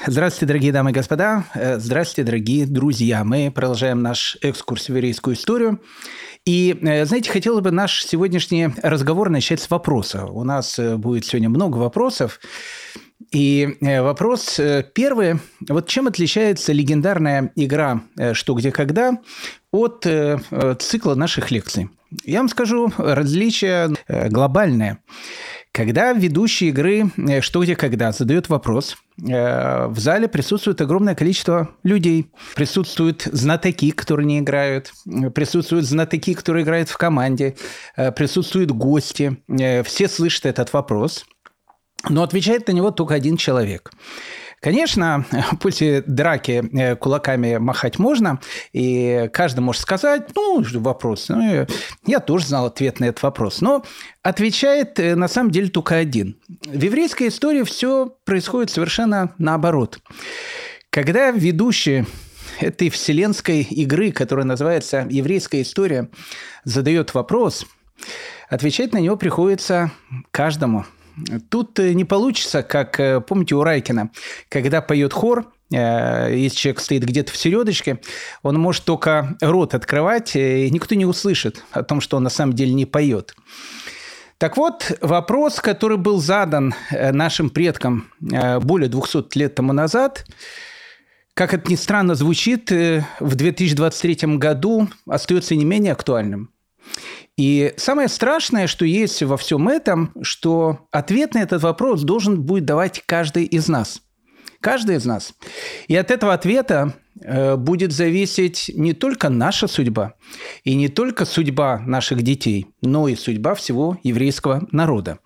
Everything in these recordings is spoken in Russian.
Здравствуйте, дорогие дамы и господа. Здравствуйте, дорогие друзья. Мы продолжаем наш экскурс в еврейскую историю. И, знаете, хотел бы наш сегодняшний разговор начать с вопроса. У нас будет сегодня много вопросов. И вопрос первый. Вот чем отличается легендарная игра «Что, где, когда» от цикла наших лекций? Я вам скажу, различие глобальное. Когда ведущий игры «Что, где, когда» задает вопрос, в зале присутствует огромное количество людей. Присутствуют знатоки, которые не играют. Присутствуют знатоки, которые играют в команде. Присутствуют гости. Все слышат этот вопрос. Но отвечает на него только один человек. Конечно, после драки кулаками махать можно, и каждый может сказать, вопрос. Я тоже знал ответ на этот вопрос. Но отвечает на самом деле только один. В еврейской истории все происходит совершенно наоборот. Когда ведущий этой вселенской игры, которая называется «Еврейская история», задает вопрос, отвечать на него приходится каждому. Тут не получится, как, помните, у Райкина, когда поет хор, если человек стоит где-то в середочке, он может только рот открывать, и никто не услышит о том, что он на самом деле не поет. Так вот, вопрос, который был задан нашим предкам более 200 лет тому назад, как это ни странно звучит, в 2023 году остается не менее актуальным. И самое страшное, что есть во всем этом, что ответ на этот вопрос должен будет давать каждый из нас. Каждый из нас. И от этого ответа будет зависеть не только наша судьба, и не только судьба наших детей, но и судьба всего еврейского народа.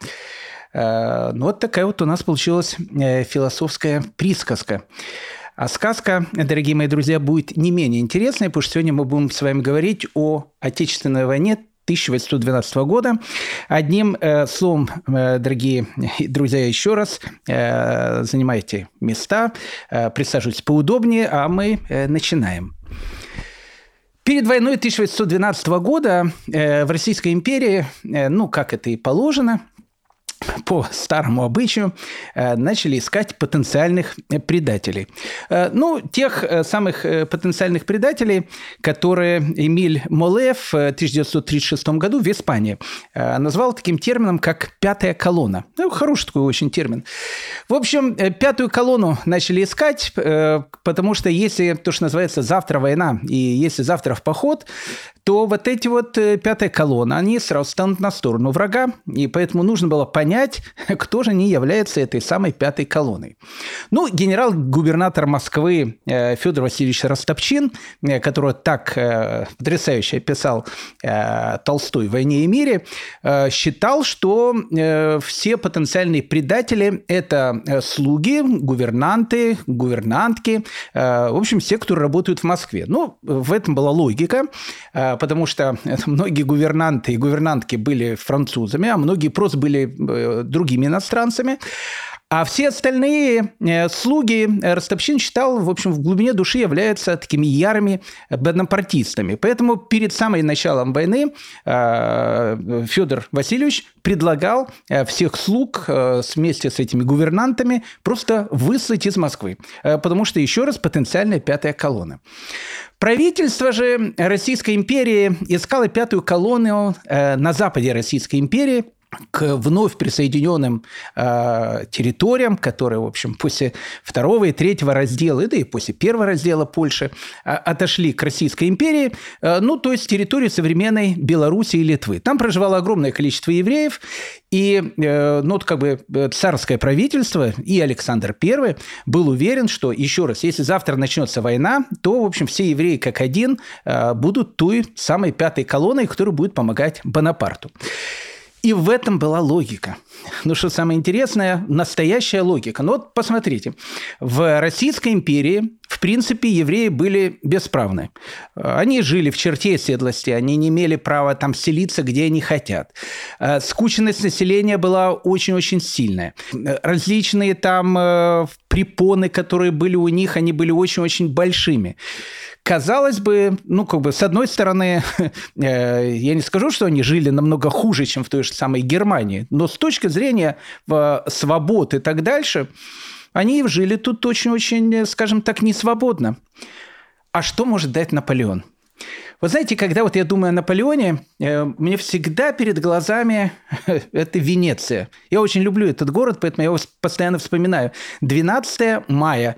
Вот такая вот у нас получилась философская присказка. А сказка, дорогие мои друзья, будет не менее интересной, потому что сегодня мы будем с вами говорить о Отечественной войне 1812 года. Одним словом, дорогие друзья, еще раз занимайте места, присаживайтесь поудобнее, а мы начинаем. Перед войной 1812 года в Российской империи, как это и положено, по старому обычаю, начали искать потенциальных предателей. Тех самых потенциальных предателей, которые Эмиль Моле в 1936 году в Испании назвал таким термином, как «пятая колонна». Хороший такой очень термин. В общем, пятую колонну начали искать, потому что если то, что называется «завтра война», и если завтра в поход, то вот эти вот пятая колонна, они сразу станут на сторону врага, и поэтому нужно было понять, кто же не является этой самой пятой колонной. Генерал-губернатор Москвы Федор Васильевич Растопчин, которого так потрясающе описал Толстой в «Войне и мире», считал, что все потенциальные предатели – это слуги, гувернанты, гувернантки, в общем, все, кто работают в Москве. В этом была логика, потому что многие гувернанты и гувернантки были французами, а многие просто были другими иностранцами. А все остальные слуги Растопчин считал, в общем, в глубине души являются такими ярыми бонапартистами. Поэтому перед самым началом войны Федор Васильевич предлагал всех слуг вместе с этими гувернантами просто выслать из Москвы. Потому что, еще раз, потенциальная пятая колонна. Правительство же Российской империи искало пятую колонну на западе Российской империи, к вновь присоединенным территориям, которые, в общем, после второго и третьего раздела, да и после первого раздела Польши отошли к Российской империи, то есть территории современной Белоруссии и Литвы. Там проживало огромное количество евреев, и царское правительство и Александр I был уверен, что, еще раз, если завтра начнется война, то, в общем, все евреи как один будут той самой пятой колонной, которая будет помогать Бонапарту. И в этом была логика. Что самое интересное, настоящая логика. Посмотрите, в Российской империи, в принципе, евреи были бесправны. Они жили в черте оседлости, они не имели права там селиться, где они хотят. Скученность населения была очень-очень сильная. Различные там препоны, которые были у них, они были очень-очень большими. Казалось бы, с одной стороны, я не скажу, что они жили намного хуже, чем в той же самой Германии, но с точки зрения свобод и так дальше, Они жили тут очень-очень, скажем так, несвободно. А что может дать Наполеон? Вы знаете, когда вот я думаю о Наполеоне, мне всегда перед глазами это Венеция. Я очень люблю этот город, поэтому я его постоянно вспоминаю. 12 мая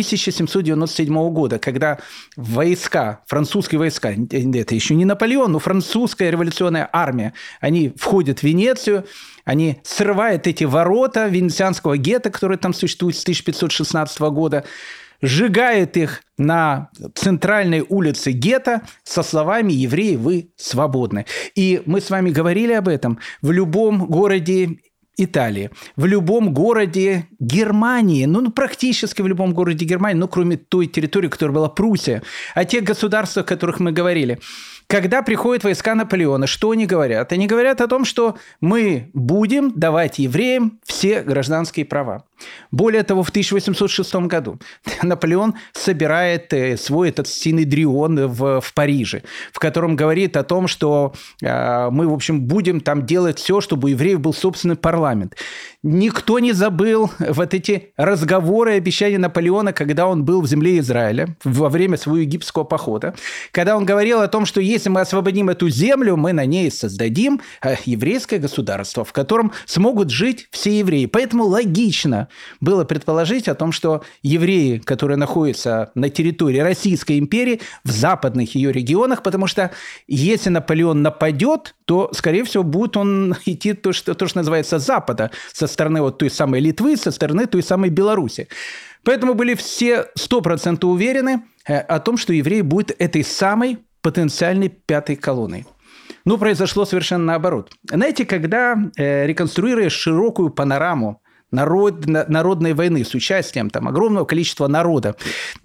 1797 года, когда войска, французские войска, это еще не Наполеон, но французская революционная армия, они входят в Венецию, они срывают эти ворота венецианского гетто, которые там существуют с 1516 года, сжигает их на центральной улице гетто со словами «Евреи, вы свободны». И мы с вами говорили об этом. В любом городе Италии, в любом городе Германии, практически в любом городе Германии, кроме той территории, которая была Пруссия, о тех государствах, о которых мы говорили. Когда приходят войска Наполеона, что они говорят? Они говорят о том, что мы будем давать евреям все гражданские права. Более того, в 1806 году Наполеон собирает свой этот синедрион в Париже, в котором говорит о том, что мы, в общем, будем там делать все, чтобы у евреев был собственный парламент. Никто не забыл вот эти разговоры и обещания Наполеона, когда он был в земле Израиля во время своего египетского похода, когда он говорил о том, что если мы освободим эту землю, мы на ней создадим еврейское государство, в котором смогут жить все евреи. Поэтому логично было предположить о том, что евреи, которые находятся на территории Российской империи, в западных ее регионах, потому что если Наполеон нападет, то, скорее всего, будет он идти то, что называется, с запада, со стороны вот той самой Литвы, со стороны той самой Беларуси. Поэтому были все 100% уверены о том, что евреи будут этой самой потенциальной пятой колонной. Но произошло совершенно наоборот. Знаете, когда реконструируя широкую панораму народной войны с участием там огромного количества народа.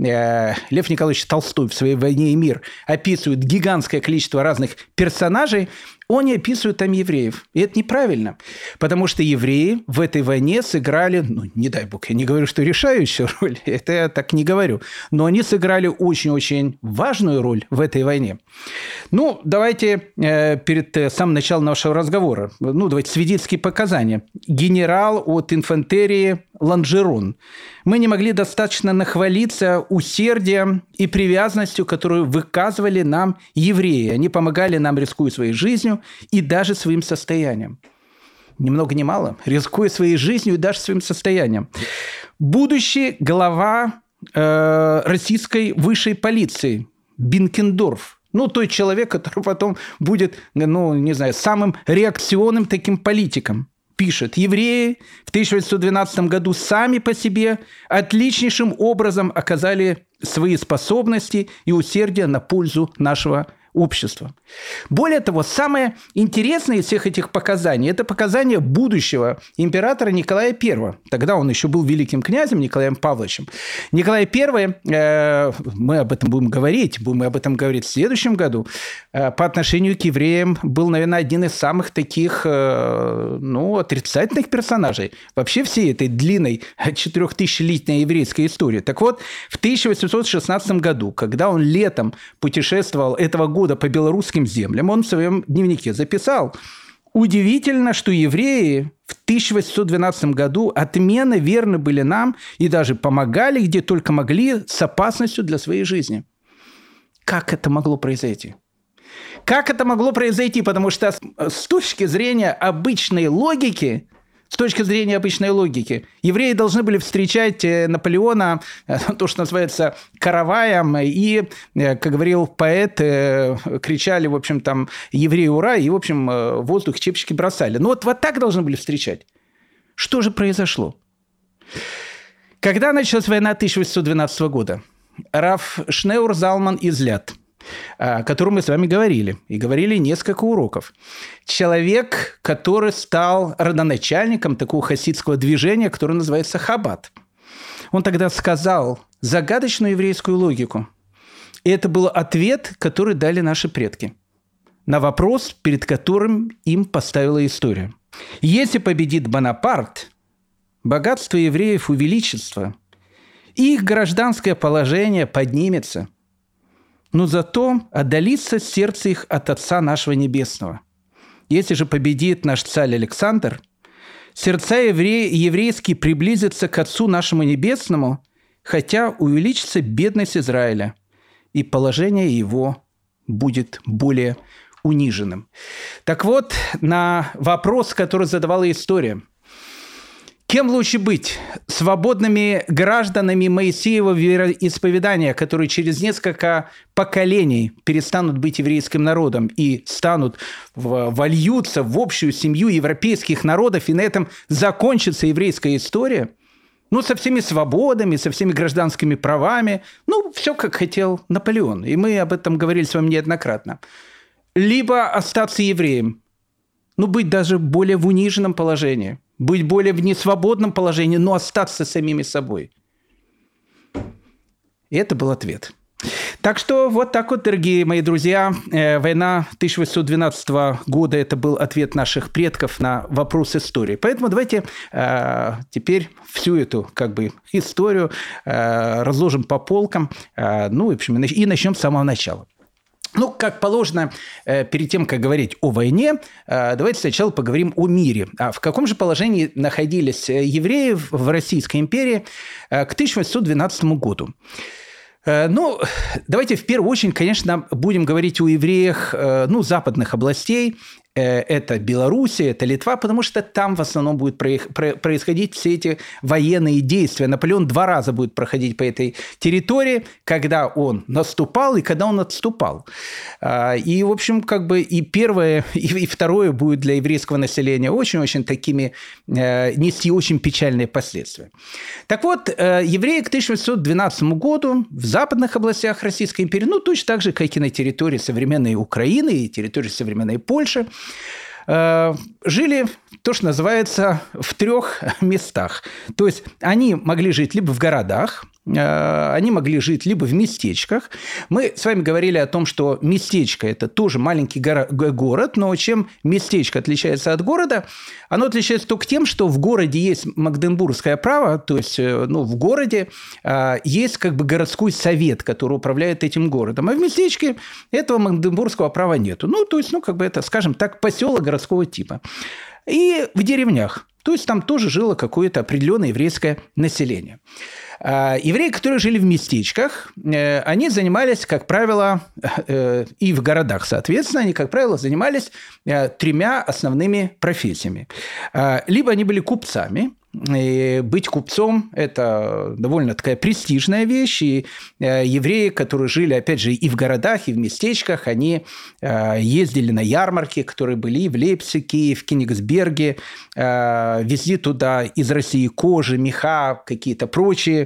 Лев Николаевич Толстой в своей «Войне и мир» описывает гигантское количество разных персонажей, он не описывает там евреев. И это неправильно, потому что евреи в этой войне сыграли, не дай бог, я не говорю, что решающую роль, это я так не говорю, но они сыграли очень-очень важную роль в этой войне. Давайте перед самым началом нашего разговора, давайте свидетельские показания. Генерал от инфантерии Ланжерон. Мы не могли достаточно нахвалиться усердием и привязанностью, которую выказывали нам евреи. Они помогали нам, рискуя своей жизнью и даже своим состоянием. Ни много ни мало, рискуя своей жизнью и даже своим состоянием. Будущий глава российской высшей полиции Бенкендорф. Тот человек, который потом будет, самым реакционным таким политиком. Пишет: евреи в 1812 году сами по себе отличнейшим образом оказали свои способности и усердие на пользу нашего общества. Более того, самое интересное из всех этих показаний – это показания будущего императора Николая I. Тогда он еще был великим князем Николаем Павловичем. Николай I, мы об этом будем говорить в следующем году, по отношению к евреям был, наверное, один из самых таких, отрицательных персонажей вообще всей этой длинной 4000-летней еврейской истории. Так вот, в 1816 году, когда он летом путешествовал этого года по белорусским землям, он в своем дневнике записал: «Удивительно, что евреи в 1812 году отменно верны были нам и даже помогали, где только могли, с опасностью для своей жизни». Как это могло произойти? Как это могло произойти? Потому что с точки зрения обычной логики, евреи должны были встречать Наполеона, то, что называется, караваем, и, как говорил поэт, кричали, в общем, там, «Евреи, ура!» и, в общем, в воздух чепчики бросали. Вот так должны были встречать. Что же произошло? Когда началась война 1812 года, Рав Шнеур Залман из Ляд, о котором мы с вами говорили, и говорили несколько уроков. Человек, который стал родоначальником такого хасидского движения, которое называется Хаббат. Он тогда сказал загадочную еврейскую логику. И это был ответ, который дали наши предки на вопрос, перед которым им поставила история. Если победит Бонапарт, богатство евреев увеличится, их гражданское положение поднимется, но зато отдалится сердце их от Отца нашего Небесного. Если же победит наш царь Александр, сердца еврейские приблизятся к Отцу нашему Небесному, хотя увеличится бедность Израиля, и положение его будет более униженным». Так вот, на вопрос, который задавала история, кем лучше быть? Свободными гражданами Моисеева вероисповедания, которые через несколько поколений перестанут быть еврейским народом и вольются в общую семью европейских народов, и на этом закончится еврейская история? Со всеми свободами, со всеми гражданскими правами. Все, как хотел Наполеон. И мы об этом говорили с вами неоднократно. Либо остаться евреем. Быть даже более в униженном положении. Быть более в несвободном положении, но остаться самими собой. И это был ответ. Так что вот так вот, дорогие мои друзья, война 1812 года – это был ответ наших предков на вопрос истории. Поэтому давайте теперь всю эту историю разложим по полкам, в общем, и начнем с самого начала. Как положено, перед тем, как говорить о войне, давайте сначала поговорим о мире. А в каком же положении находились евреи в Российской империи к 1812 году? Давайте в первую очередь, конечно, будем говорить о евреях западных областей. Это Белоруссия, это Литва, потому что там в основном будут происходить все эти военные действия. Наполеон 2 раза будет проходить по этой территории, когда он наступал и когда он отступал. И, в общем, и первое, и второе будет для еврейского населения очень-очень такими нести очень печальные последствия. Так вот, евреи к 1812 году в западных областях Российской империи, точно так же, как и на территории современной Украины и территории современной Польши, жили, то, что называется, в 3 местах. То есть они могли жить либо в городах, они могли жить либо в местечках. Мы с вами говорили о том, что местечко – это тоже маленький город, но чем местечко отличается от города? Оно отличается только тем, что в городе есть магдебургское право, то есть в городе есть городской совет, который управляет этим городом, а в местечке этого магдебургского права нету. Это, скажем так, поселок городского типа. И в деревнях. То есть там тоже жило какое-то определенное еврейское население. Евреи, которые жили в местечках, они занимались, как правило, и в городах, соответственно, они, как правило, занимались 3 основными профессиями. Либо они были купцами. И быть купцом – это довольно такая престижная вещь. И евреи, которые жили, опять же, и в городах, и в местечках, они ездили на ярмарки, которые были и в Лейпциге, и в Кенигсберге, везли туда из России кожи, меха, какое-то прочее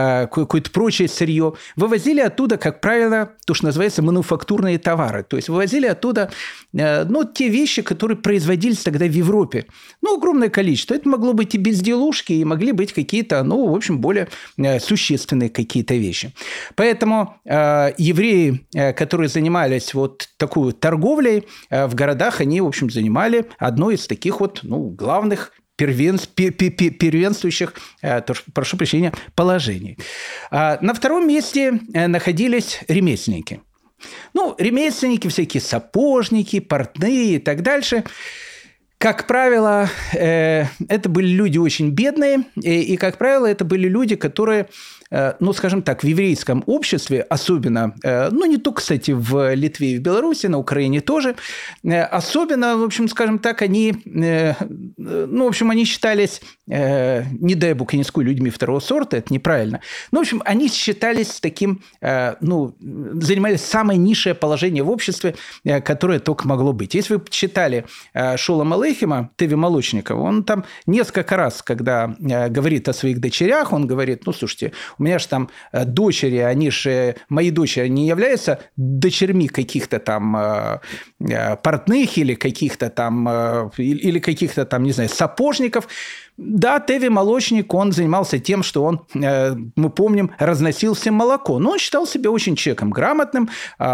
сырье. Вывозили оттуда, как правило, то, что называется мануфактурные товары. То есть вывозили оттуда те вещи, которые производились тогда в Европе. Огромное количество. Это могло быть и безделушки, и могли быть какие-то, в общем, более существенные какие-то вещи. Поэтому евреи, которые занимались вот такой торговлей в городах, они, в общем, занимали одно из таких главных первенствующих, прошу прощения, положений. На втором месте находились ремесленники. Ремесленники, всякие сапожники, портные и так дальше. Как правило, это были люди очень бедные, и, как правило, это были люди, которые, скажем так, в еврейском обществе, особенно, не только, кстати, в Литве и в Беларуси, на Украине тоже, особенно, в общем, скажем так, они, они считались, не дай бог, низкой людьми второго сорта, это неправильно, в общем, они считались таким, занимали самое низшее положение в обществе, которое только могло быть. Если вы читали Шолома Алейхема, Теви Молочникова, он там несколько раз, когда говорит о своих дочерях, он говорит, слушайте, у меня же там дочери, мои дочери не являются дочерьми каких-то там портных или каких-то там, не знаю, сапожников. Да, Теви Молочник, он занимался тем, что он, мы помним, разносил всем молоко. Но он считал себя очень человеком грамотным,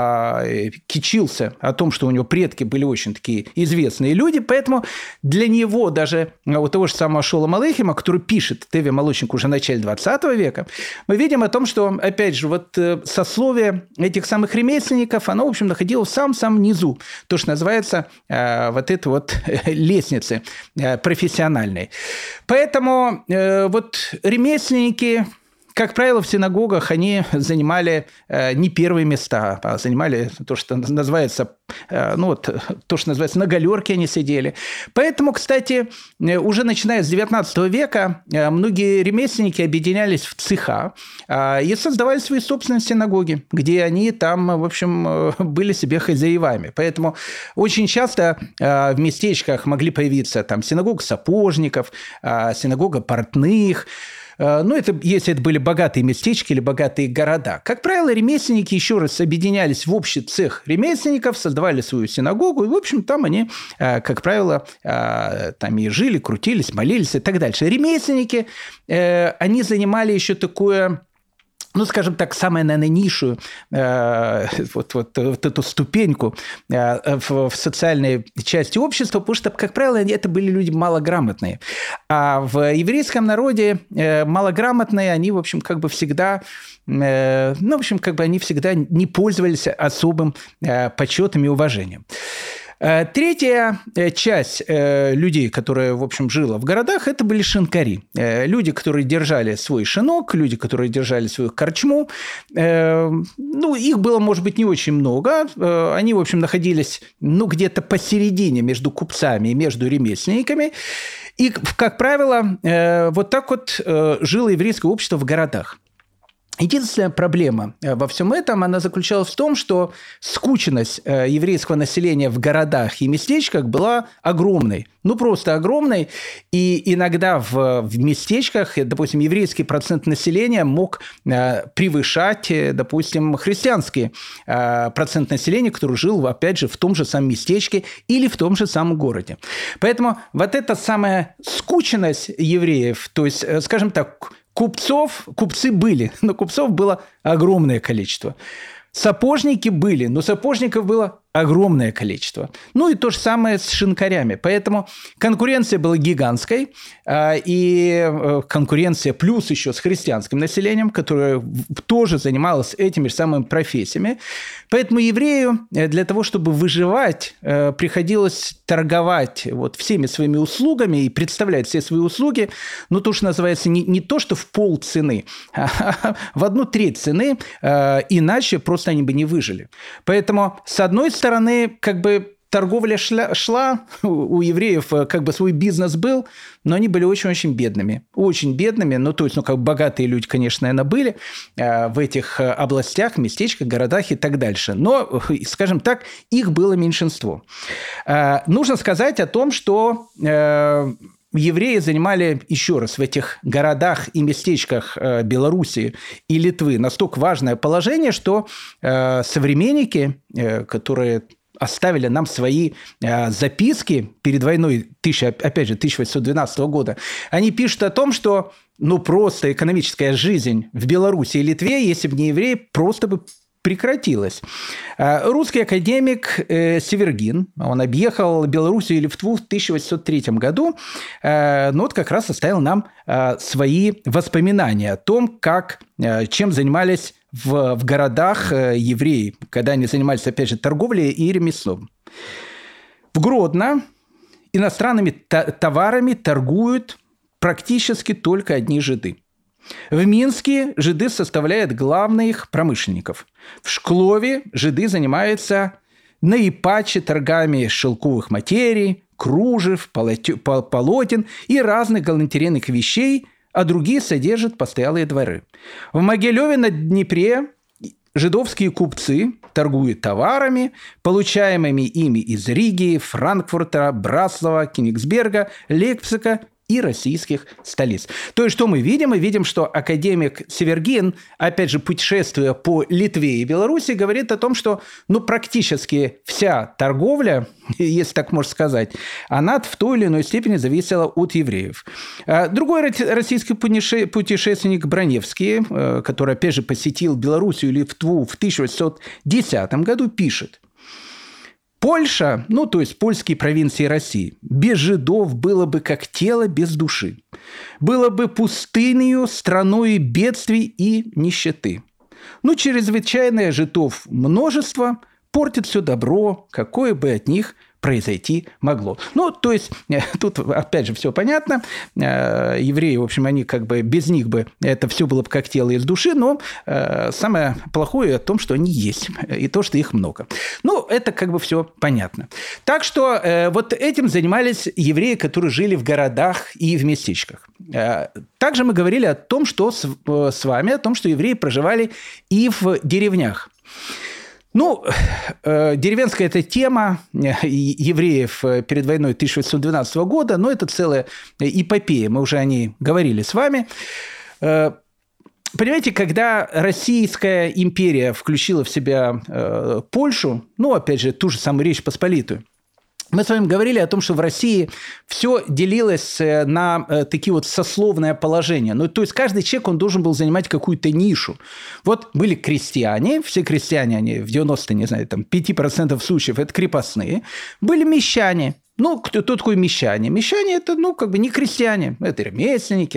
кичился о том, что у него предки были очень такие известные люди. Поэтому для него даже у того же самого Шолома Алейхема, который пишет Теви Молочник уже в начале 20 века, мы видим о том, что, опять же, вот сословие этих самых ремесленников, оно, в общем, находилось в самом-самом низу, то, что называется вот этой вот лестницы профессиональной. Поэтому вот ремесленники, как правило, в синагогах они занимали не первые места, а занимали то, что называется, то, что называется, на галерке они сидели. Поэтому, кстати, уже начиная с XIX века многие ремесленники объединялись в цеха и создавали свои собственные синагоги, где они там, в общем, были себе хозяевами. Поэтому очень часто в местечках могли появиться там синагога сапожников, синагога портных. Это если это были богатые местечки или богатые города. Как правило, ремесленники еще раз объединялись в общий цех ремесленников, создавали свою синагогу, и, в общем, там они, как правило, там и жили, крутились, молились и так дальше. Ремесленники, они занимали еще такое... скажем так, самую, наверное, низшую вот эту ступеньку в социальной части общества, потому что, как правило, это были люди малограмотные. А в еврейском народе малограмотные, они, в общем, как бы всегда... они всегда не пользовались особым почетом и уважением. Третья часть людей, которая, в общем, жила в городах, это были шинкари. Люди, которые держали свой шинок, люди, которые держали свою корчму. Их было, может быть, не очень много. Они, в общем, находились где-то посередине между купцами и между ремесленниками. И, как правило, вот так вот жило еврейское общество в городах. Единственная проблема во всем этом, она заключалась в том, что скученность еврейского населения в городах и местечках была огромной. Просто огромной. И иногда в местечках, допустим, еврейский процент населения мог превышать, допустим, христианский процент населения, который жил, опять же, в том же самом местечке или в том же самом городе. Поэтому вот эта самая скученность евреев, то есть, скажем так, купцы были, но купцов было огромное количество. Сапожники были, но сапожников было огромное количество. И то же самое с шинкарями. Поэтому конкуренция была гигантской, и конкуренция плюс еще с христианским населением, которое тоже занималось этими же самыми профессиями. Поэтому еврею для того, чтобы выживать, приходилось торговать всеми своими услугами и представлять все свои услуги, то, что называется, не то, что в полцены, а в 1/3 цены, иначе просто они бы не выжили. Поэтому, с одной стороны, как бы торговля шла, у евреев как бы свой бизнес был, но они были очень-очень бедными. Очень бедными, богатые люди, конечно, наверное, были в этих областях, местечках, городах и так дальше. Но, скажем так, их было меньшинство. Нужно сказать о том, что евреи занимали, еще раз, в этих городах и местечках Белоруссии и Литвы настолько важное положение, что современники, которые оставили нам свои записки перед войной, 1812 года, они пишут о том, что просто экономическая жизнь в Беларуси и Литве, если бы не евреи, просто бы прекратилась. Русский академик Севергин, он объехал Белоруссию и Литву в 1803 году, как раз оставил нам свои воспоминания о том, чем занимались в городах евреи, когда они занимались, опять же, торговлей и ремеслом. В Гродно иностранными товарами торгуют практически только одни жиды. В Минске жиды составляют главных промышленников. В Шклове жиды занимаются наипаче торгами шелковых материй, кружев, полотен и разных галантерейных вещей, а другие содержат постоялые дворы. В Могилеве на Днепре жидовские купцы торгуют товарами, получаемыми ими из Риги, Франкфурта, Браслава, Кенигсберга, Лейпцига и российских столиц. То есть, что мы видим? Мы видим, что академик Севергин, опять же, путешествуя по Литве и Беларуси, говорит о том, что практически вся торговля, если так можно сказать, она в той или иной степени зависела от евреев. Другой российский путешественник Броневский, который, опять же, посетил Белоруссию и Литву в 1810 году, пишет: Польша, то есть польские провинции России, без жидов было бы как тело без души. Было бы пустынью, страною бедствий и нищеты. Чрезвычайное жидов множество портит все добро, какое бы от них произойти могло. То есть, тут опять же все понятно. Евреи, в общем, они как бы без них бы это все было бы как тело из души, но самое плохое о том, что они есть, и то, что их много. Это как бы все понятно. Так что вот этим занимались евреи, которые жили в городах и в местечках. Также мы говорили о том, что с вами, о том, что евреи проживали и в деревнях. Деревенская эта тема евреев перед войной 1812 года, это целая эпопея, мы уже о ней говорили с вами. Понимаете, когда Российская империя включила в себя Польшу, опять же, ту же самую Речь Посполитую, мы с вами говорили о том, что в России все делилось на такие вот сословные положения. То есть каждый человек, он должен был занимать какую-то нишу. Вот были крестьяне, все крестьяне, они в 5% случаев это крепостные. Были мещане. Кто такой мещане? Мещане – это, не крестьяне. Это ремесленники,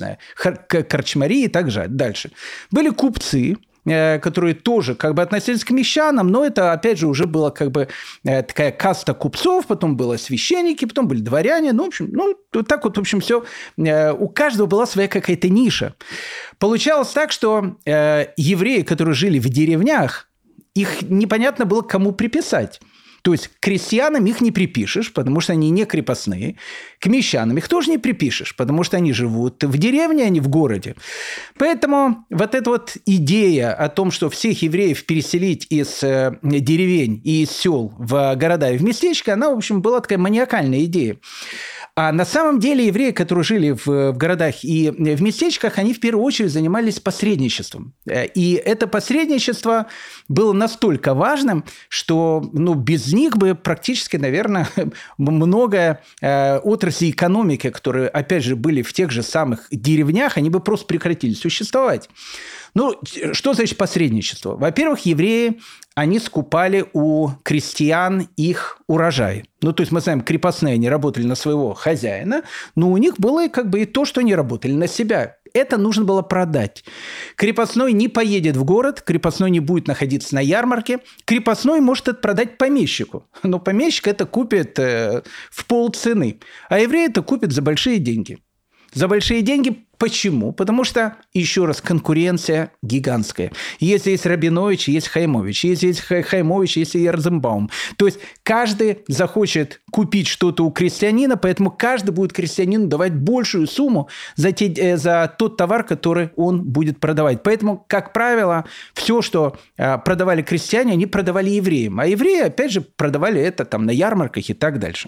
корчмари и так дальше. Были купцы, которые тоже относились к мещанам, но это, опять же, уже была такая каста купцов, потом были священники, потом были дворяне, так вот, в общем, все. У каждого была своя какая-то ниша. Получалось так, что евреи, которые жили в деревнях, их непонятно было кому приписать. То есть к крестьянам их не припишешь, потому что они не крепостные. К мещанам их тоже не припишешь, потому что они живут в деревне, а не в городе. Поэтому вот эта вот идея о том, что всех евреев переселить из деревень и из сел в города и в местечко, она, в общем, была такая маниакальная идея. А на самом деле евреи, которые жили в городах и в местечках, они в первую очередь занимались посредничеством. И это посредничество было настолько важным, что без них бы практически, наверное, много отраслей экономики, которые, опять же, были в тех же самых деревнях, они бы просто прекратили существовать. Что значит посредничество? Во-первых, евреи, они скупали у крестьян их урожай. То есть мы знаем, крепостные, они работали на своего хозяина, но у них было и то, что они работали на себя. Это нужно было продать. Крепостной не поедет в город, крепостной не будет находиться на ярмарке, крепостной может это продать помещику. Но помещик это купит в полцены, а еврей это купит за большие деньги. За большие деньги. Почему? Потому что, еще раз, конкуренция гигантская. Если есть Рабинович, есть Хаймович. Если есть Хаймович, есть Ярзенбаум. То есть каждый захочет купить что-то у крестьянина, поэтому каждый будет крестьянину давать большую сумму за тот товар, который он будет продавать. Поэтому, как правило, все, что продавали крестьяне, они продавали евреям. А евреи, опять же, продавали это на ярмарках и так дальше.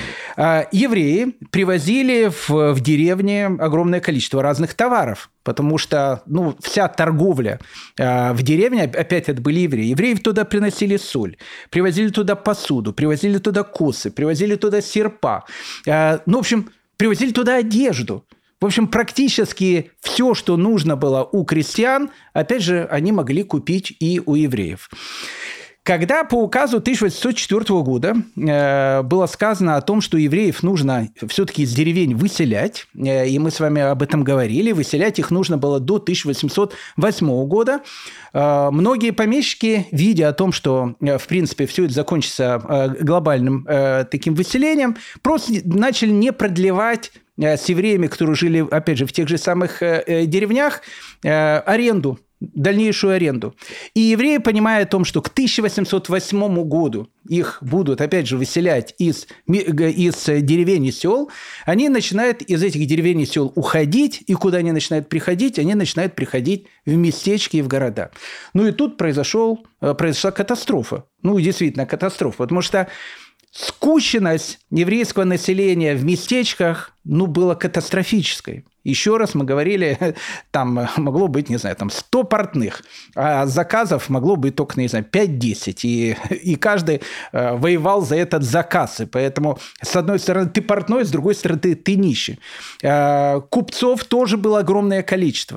Евреи привозили в деревне огромное количество разных товаров, потому что вся торговля в деревне, опять это были евреи. Евреи туда приносили соль, привозили туда посуду, привозили туда косы, привозили туда серпа. В общем, привозили туда одежду. В общем, практически все, что нужно было у крестьян, опять же, они могли купить и у евреев. Когда по указу 1804 года было сказано о том, что евреев нужно все-таки из деревень выселять, и мы с вами об этом говорили, выселять их нужно было до 1808 года, многие помещики, видя о том, что, в принципе, все это закончится глобальным таким выселением, просто начали не продлевать с евреями, которые жили, опять же, в тех же самых деревнях, аренду. Дальнейшую аренду. И евреи, понимая о том, что к 1808 году их будут, опять же, выселять из деревень и сел, они начинают из этих деревень и сел уходить, и куда они начинают приходить? Они начинают приходить в местечки и в города. И тут произошла катастрофа. Действительно, катастрофа. Потому что скученность еврейского населения в местечках, была катастрофической. Еще раз мы говорили, там могло быть, 100 портных, а заказов могло быть только, 5-10. И каждый воевал за этот заказ. И поэтому, с одной стороны, ты портной, с другой стороны, ты нищий. Купцов тоже было огромное количество.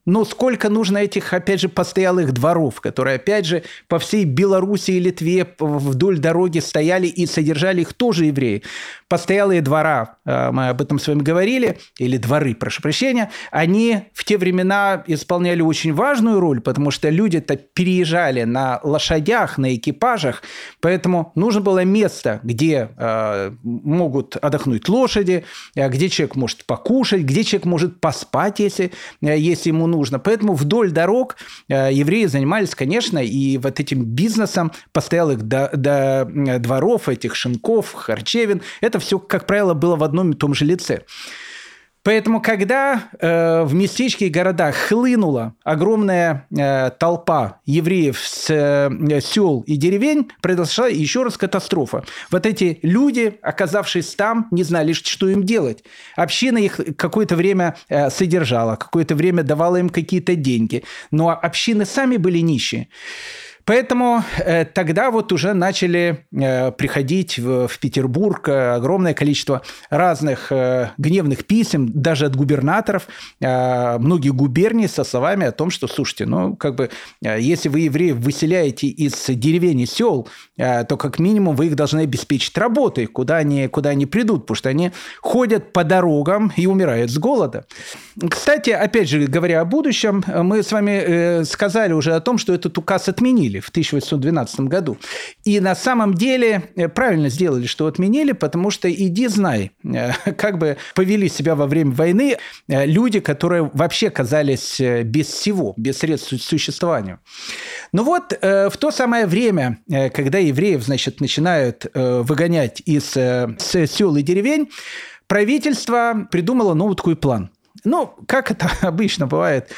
Но сколько нужно этих, опять же, постоялых дворов, которые, опять же, по всей Белоруссии и Литве вдоль дороги стояли и содержали их тоже евреи. Постоялые двора, мы об этом с вами говорили, или дворы, прошу прощения, они в те времена исполняли очень важную роль, потому что люди-то переезжали на лошадях, на экипажах, поэтому нужно было место, где могут отдохнуть лошади, где человек может покушать, где человек может поспать, если ему нужно. Поэтому вдоль дорог евреи занимались, конечно, и вот этим бизнесом постоялых дворов, этих шинков, харчевин. Это все, как правило, было в одном и том же лице. Поэтому, когда в местечке и городах хлынула огромная толпа евреев с сел и деревень, произошла еще раз катастрофа. Вот эти люди, оказавшись там, не знали, что им делать. Община их какое-то время содержала, какое-то время давала им какие-то деньги. Но общины сами были нищие. Поэтому тогда вот уже начали приходить в Петербург огромное количество разных гневных писем, даже от губернаторов многих губерний со словами о том, что, слушайте, если вы евреев выселяете из деревень и сел, то как минимум вы их должны обеспечить работой, куда они придут, потому что они ходят по дорогам и умирают с голода. Кстати, опять же, говоря о будущем, мы с вами сказали уже о том, что этот указ отменили в 1812 году. И на самом деле правильно сделали, что отменили, потому что иди знай, как бы повели себя во время войны люди, которые вообще казались без всего, без средств к существованию. Но вот в то самое время, когда евреев, значит, начинают выгонять из сел и деревень, правительство придумало новый такой план. Ну, как это обычно бывает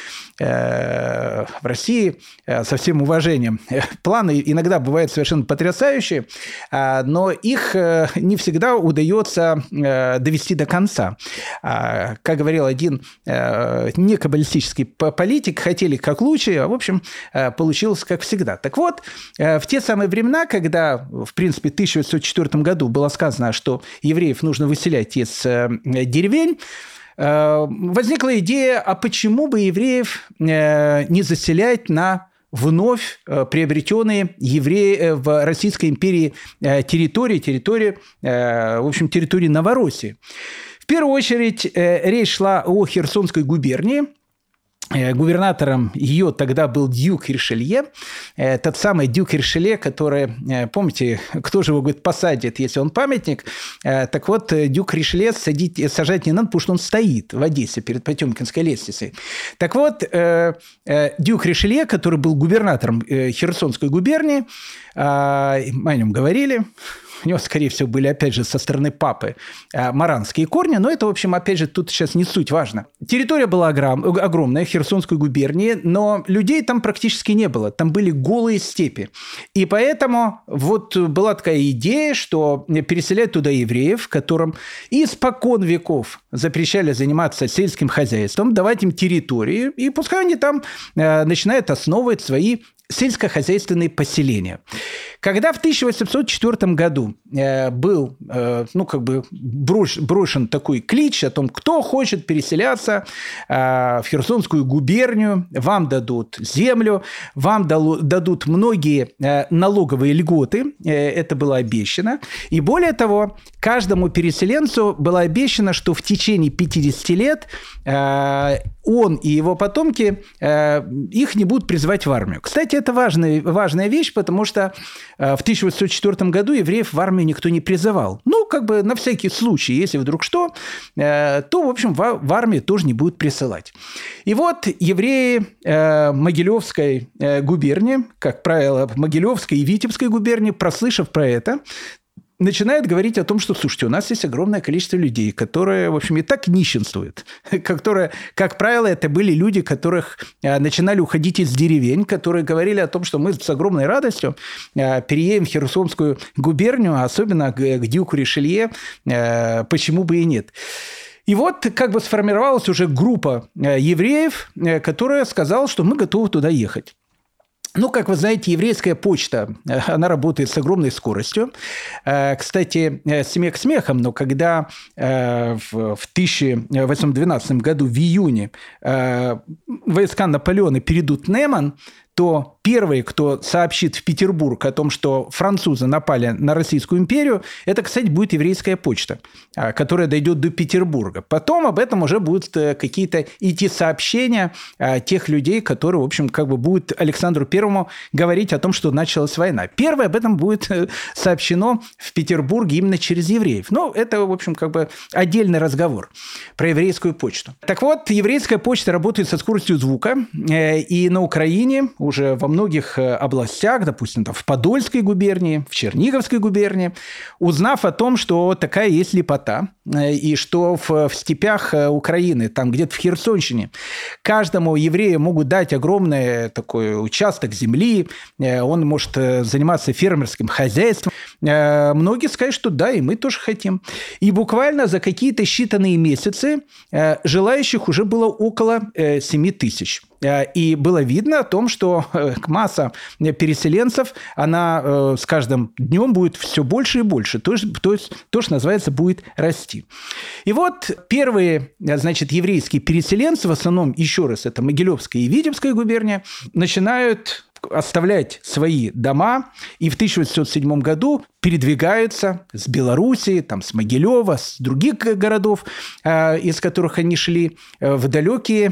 в России, со всем уважением. Планы иногда бывают совершенно потрясающие, но их не всегда удается довести до конца. Как говорил один некаббалистический политик, хотели как лучше, а в общем получилось как всегда. Так вот, в те самые времена, когда, в принципе, в 1804 году было сказано, что евреев нужно выселять из деревень, возникла идея, а почему бы евреев не заселять на вновь приобретенные в Российской империи территории Новороссии. В первую очередь речь шла о Херсонской губернии. Губернатором ее тогда был дюк Ришелье, тот самый дюк Ришелье, который, помните, кто же его, говорит, посадит, если он памятник? Так вот, дюк Ришелье сажать не надо, потому что он стоит в Одессе перед Потемкинской лестницей. Так вот, дюк Ришелье, который был губернатором Херсонской губернии, мы о нем говорили. У него, скорее всего, были, опять же, со стороны папы маранские корни, но это, в общем, опять же, тут сейчас не суть важно. Территория была огромная, Херсонской губернии, но людей там практически не было. Там были голые степи. И поэтому вот была такая идея, что переселять туда евреев, которым испокон веков запрещали заниматься сельским хозяйством, давать им территории, и пускай они там начинают основывать свои сельскохозяйственные поселения. Когда в 1804 году был брошен такой клич о том, кто хочет переселяться в Херсонскую губернию, вам дадут землю, вам дадут многие налоговые льготы, это было обещано. И более того, каждому переселенцу было обещано, что в течение 50 лет он и его потомки их не будут призывать в армию. Кстати, это важная вещь, потому что в 1804 году евреев в армию никто не призывал. Ну, как бы на всякий случай, если вдруг что, то, в общем, в армию тоже не будут присылать. И вот евреи Могилевской губернии, как правило, Могилевской и Витебской губернии, прослышав про это, начинают говорить о том, что, слушайте, у нас есть огромное количество людей, которые, в общем, и так нищенствуют. Которые, как правило, это были люди, которых начинали уходить из деревень, которые говорили о том, что мы с огромной радостью переедем в Херсонскую губернию, особенно к дюку Ришелье, почему бы и нет. И вот как бы сформировалась уже группа евреев, которая сказала, что мы готовы туда ехать. Ну, как вы знаете, еврейская почта, она работает с огромной скоростью. Кстати, смех смехом, но когда в 1812 году в июне войска Наполеона перейдут Неман, то первый, кто сообщит в Петербург о том, что французы напали на Российскую империю, это, кстати, будет еврейская почта, которая дойдет до Петербурга. Потом об этом уже будут какие-то идти сообщения тех людей, которые, в общем, как бы будут Александру Первому говорить о том, что началась война. Первое об этом будет сообщено в Петербурге именно через евреев. Ну, это, в общем, как бы отдельный разговор про еврейскую почту. Так вот, еврейская почта работает со скоростью звука, и на Украине уже во многих областях, допустим, там, в Подольской губернии, в Черниговской губернии, узнав о том, что такая есть лепота, и что в степях Украины, там где-то в Херсонщине, каждому еврею могут дать огромный такой участок земли, он может заниматься фермерским хозяйством. Многие скажут, что да, и мы тоже хотим. И буквально за какие-то считанные месяцы желающих уже было около 7 тысяч. И было видно о том, что масса переселенцев, она с каждым днем будет все больше и больше. То есть то, что называется, будет расти. И вот первые, значит, еврейские переселенцы, в основном, еще раз, это Могилевская и Витебская губерния, начинают оставлять свои дома и в 1807 году передвигаются с Белоруссии, там, с Могилева, с других городов, из которых они шли, в далекие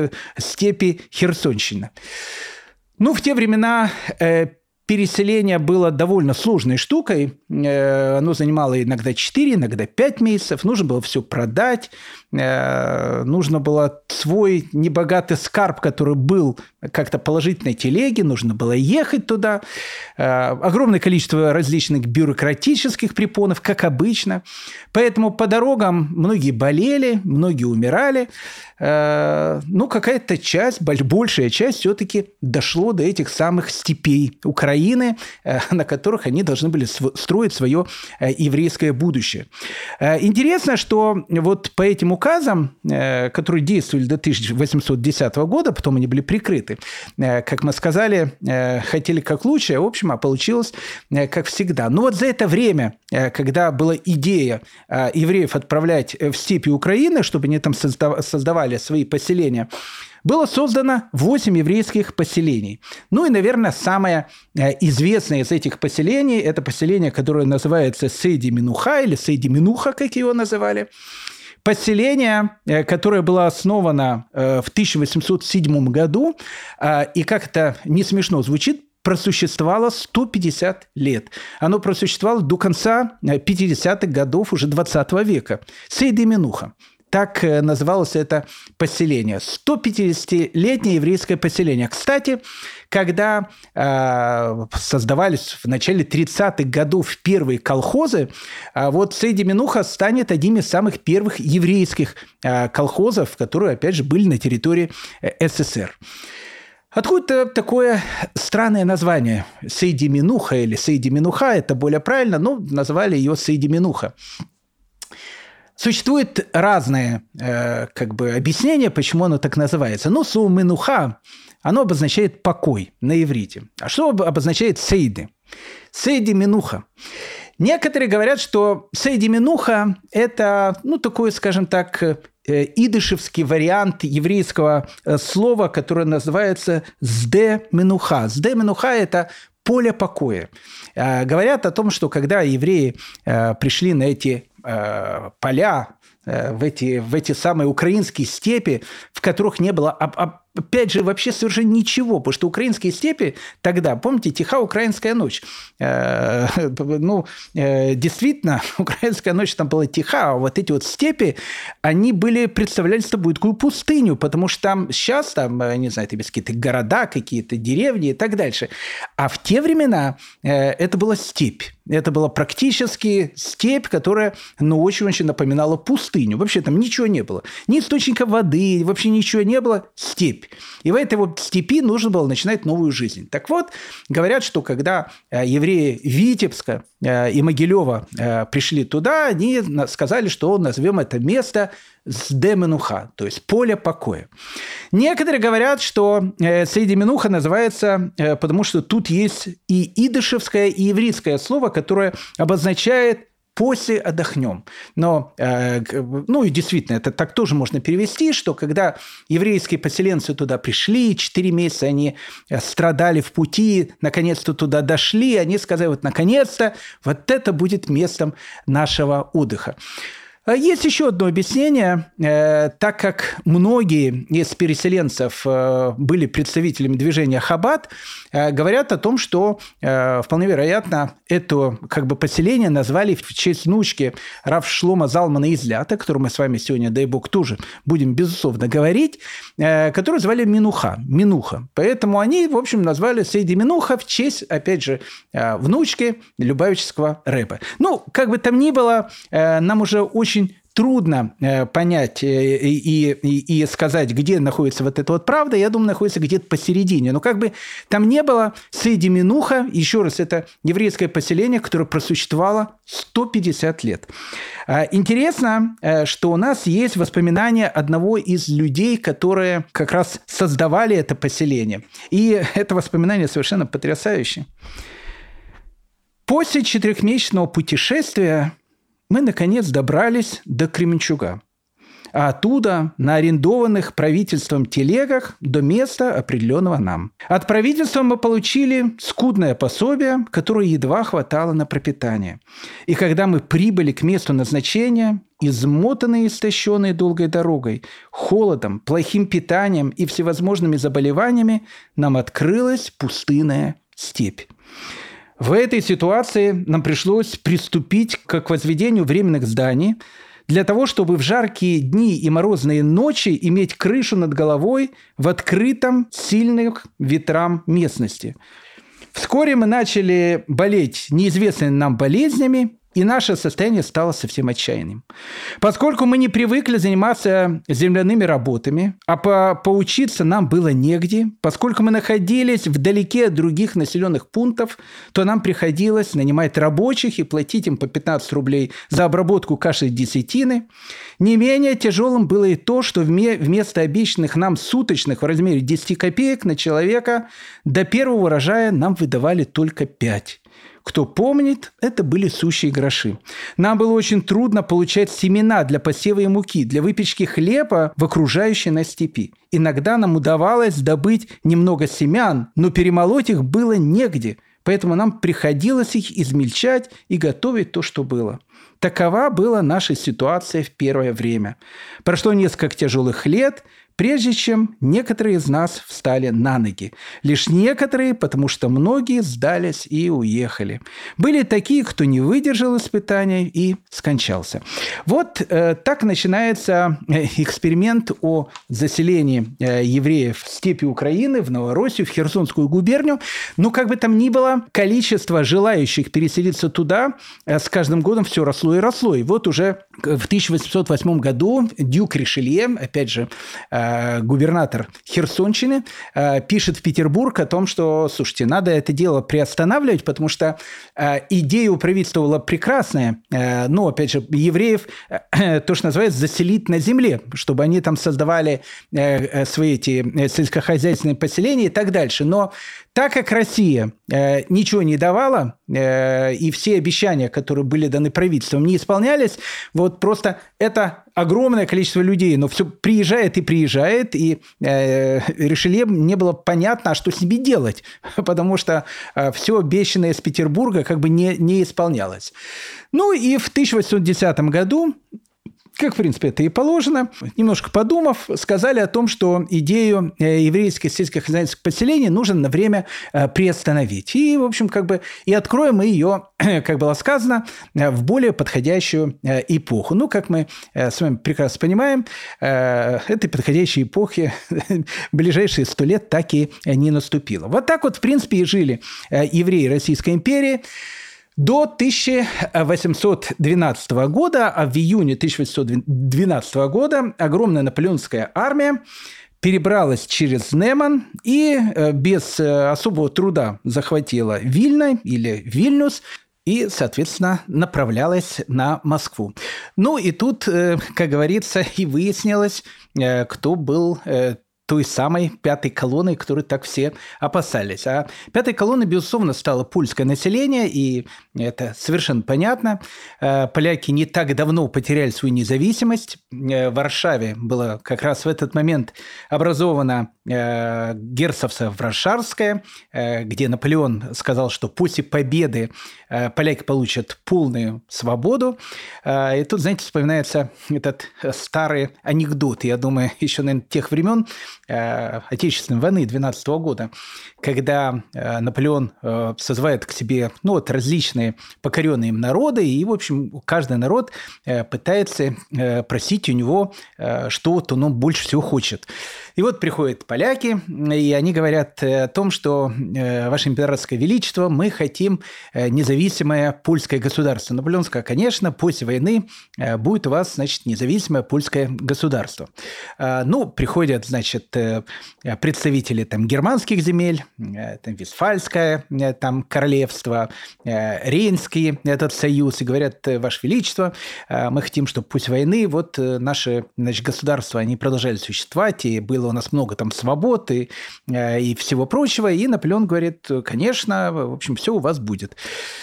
степи Херсонщины. Ну, в те времена переселение было довольно сложной штукой. Оно занимало иногда 4, иногда 5 месяцев. Нужно было все продать. Нужно было свой небогатый скарб, который был, как-то положить на телеге. Нужно было ехать туда. Огромное количество различных бюрократических препонов, как обычно. Поэтому по дорогам многие болели, многие умирали. Ну, какая-то часть, большая часть все-таки дошло до этих самых степей Украины, на которых они должны были строить свое еврейское будущее. Интересно, что вот по этим указам, которые действовали до 1810 года, потом они были прикрыты, как мы сказали, хотели как лучше, в общем, а получилось как всегда. Но вот за это время, когда была идея евреев отправлять в степи Украины, чтобы они там создавали свои поселения, было создано 8 еврейских поселений. Ну и, наверное, самое известное из этих поселений – это поселение, которое называется Сейди-Менуха или Сейди-Менуха, как его называли. Поселение, которое было основано в 1807 году, и, как это не смешно звучит, просуществовало 150 лет. Оно просуществовало до конца 50-х годов уже 20 века. Сейди-Менуха. Так называлось это поселение. 150-летнее еврейское поселение. Кстати, когда создавались в начале 30-х годов первые колхозы, вот Сейди-Менуха станет одним из самых первых еврейских колхозов, которые, опять же, были на территории СССР. Откуда такое странное название? Сейди-Менуха или Сейди-Менуха, это более правильно, но назвали ее Сейди-Менуха. Существует разные объяснения, почему оно так называется. Но слово «менуха» оно обозначает покой на иврите. А что обозначает «сейди»? Сейди-Менуха. Некоторые говорят, что Сейди-Менуха – это, такой, скажем так, идышевский вариант еврейского слова, которое называется «сде-менуха». «Сде-менуха» – это поле покоя. Говорят о том, что когда евреи пришли на эти поля, в эти самые украинские степи, в которых не было, опять же, вообще совершенно ничего, потому что украинские степи тогда, помните, тиха украинская ночь. Действительно, украинская ночь там была тиха, а вот эти вот степи, они представляли собой такую пустыню, потому что там сейчас, не знаю, там есть какие-то города, какие-то деревни и так дальше. А в те времена это была степь. Это была практически степь, которая, очень-очень напоминала пустыню. Вообще там ничего не было. Ни источника воды, вообще ничего не было. Степь. И в этой вот степи нужно было начинать новую жизнь. Так вот, говорят, что когда евреи Витебска и Могилева пришли туда, они сказали, что назовем это место сде менуха, то есть поле покоя. Некоторые говорят, что сейди менуха называется, потому что тут есть и идышевское, и ивритское слово, которое обозначает «после отдохнем». Но, и действительно, это так тоже можно перевести, что когда еврейские поселенцы туда пришли, 4 месяца они страдали в пути, наконец-то туда дошли, они сказали, вот наконец-то, вот это будет местом нашего отдыха. Есть еще одно объяснение. Так как многие из переселенцев были представителями движения Хаббат, говорят о том, что вполне вероятно это поселение назвали в честь внучки рав Шломо Залмана из Лята, о котором мы с вами сегодня, дай бог, тоже будем, безусловно, говорить, которую звали Минуха. Поэтому они, в общем, назвали Сейди Минуха в честь, опять же, внучки Любавического рэба. Как бы там ни было, нам уже очень трудно понять и сказать, где находится вот эта вот правда. Я думаю, находится где-то посередине. Но как бы там не было, Сейди Минуха, еще раз, это еврейское поселение, которое просуществовало 150 лет. Интересно, что у нас есть воспоминания одного из людей, которые как раз создавали это поселение. И это воспоминание совершенно потрясающее. После 4-месячного путешествия мы, наконец, добрались до Кременчуга, а оттуда на арендованных правительством телегах до места, определенного нам. От правительства мы получили скудное пособие, которое едва хватало на пропитание. И когда мы прибыли к месту назначения, измотанные и истощенные долгой дорогой, холодом, плохим питанием и всевозможными заболеваниями, нам открылась пустынная степь. В этой ситуации нам пришлось приступить к возведению временных зданий для того, чтобы в жаркие дни и морозные ночи иметь крышу над головой в открытом сильным ветрам местности. Вскоре мы начали болеть неизвестными нам болезнями, и наше состояние стало совсем отчаянным. Поскольку мы не привыкли заниматься земляными работами, а поучиться нам было негде, поскольку мы находились вдалеке от других населенных пунктов, то нам приходилось нанимать рабочих и платить им по 15 рублей за обработку каждой десятины. Не менее тяжелым было и то, что вместо обещанных нам суточных в размере 10 копеек на человека до первого урожая нам выдавали только 5. Кто помнит, это были сущие гроши. Нам было очень трудно получать семена для посева и муки, для выпечки хлеба в окружающей нас степи. Иногда нам удавалось добыть немного семян, но перемолоть их было негде, поэтому нам приходилось их измельчать и готовить то, что было. Такова была наша ситуация в первое время. Прошло несколько тяжелых лет, прежде чем некоторые из нас встали на ноги. Лишь некоторые, потому что многие сдались и уехали. Были такие, кто не выдержал испытания и скончался. Вот так начинается эксперимент о заселении евреев в степи Украины, в Новороссию, в Херсонскую губернию. Но как бы там ни было, количество желающих переселиться туда с каждым годом все росло и росло. И вот уже в 1808 году дюк Ришелье, опять же, губернатор Херсонщины, пишет в Петербург о том, что, слушайте, надо это дело приостанавливать, потому что идея у правительства была прекрасная, но, опять же, евреев, то, что называется, заселить на земле, чтобы они там создавали свои эти сельскохозяйственные поселения и так дальше. Но так как Россия ничего не давала, и все обещания, которые были даны правительством, не исполнялись, вот просто это огромное количество людей, но все приезжает, и Ришелье не было понятно, а что с ними делать, потому что все обещанное из Петербурга как бы не исполнялось. Ну и в 1810 году, как, в принципе, это и положено, немножко подумав, сказали о том, что идею еврейских сельскохозяйственных поселений нужно на время приостановить. И, в общем, как бы и откроем мы ее, как было сказано, в более подходящую эпоху. Ну, как мы с вами прекрасно понимаем, этой подходящей эпохи ближайшие 100 лет так и не наступило. Вот так вот, в принципе, и жили евреи Российской империи до 1812 года, а в июне 1812 года огромная наполеоновская армия перебралась через Неман и без особого труда захватила Вильно или Вильнюс. и, соответственно, направлялась на Москву. Ну и тут, как говорится, и выяснилось, кто был той самой пятой колонной, которой так все опасались. А пятой колонной, безусловно, стало польское население, и это совершенно понятно. Поляки не так давно потеряли свою независимость. В Варшаве было как раз в этот момент образовано герцогство Варшавское, где Наполеон сказал, что после победы поляки получат полную свободу. И тут, знаете, вспоминается этот старый анекдот, я думаю, еще, наверное, тех времен Отечественной войны 12 года, когда Наполеон созывает к себе различные покоренные им народы, и, в общем, каждый народ пытается просить у него что-то, он больше всего хочет. И вот приходят поляки, и они говорят о том, что «Ваше императорское величество, мы хотим независимое польское государство». Наполеон сказал: конечно, после войны будет у вас, значит, независимое польское государство. Приходят, значит, представители там германских земель, там Вестфальское там королевство, Рейнский этот союз, и говорят: «Ваше величество, мы хотим, чтобы после войны вот наши, значит, государства, они продолжали существовать, и было у нас много там свобод и всего прочего». И Наполеон говорит: конечно, в общем, все у вас будет.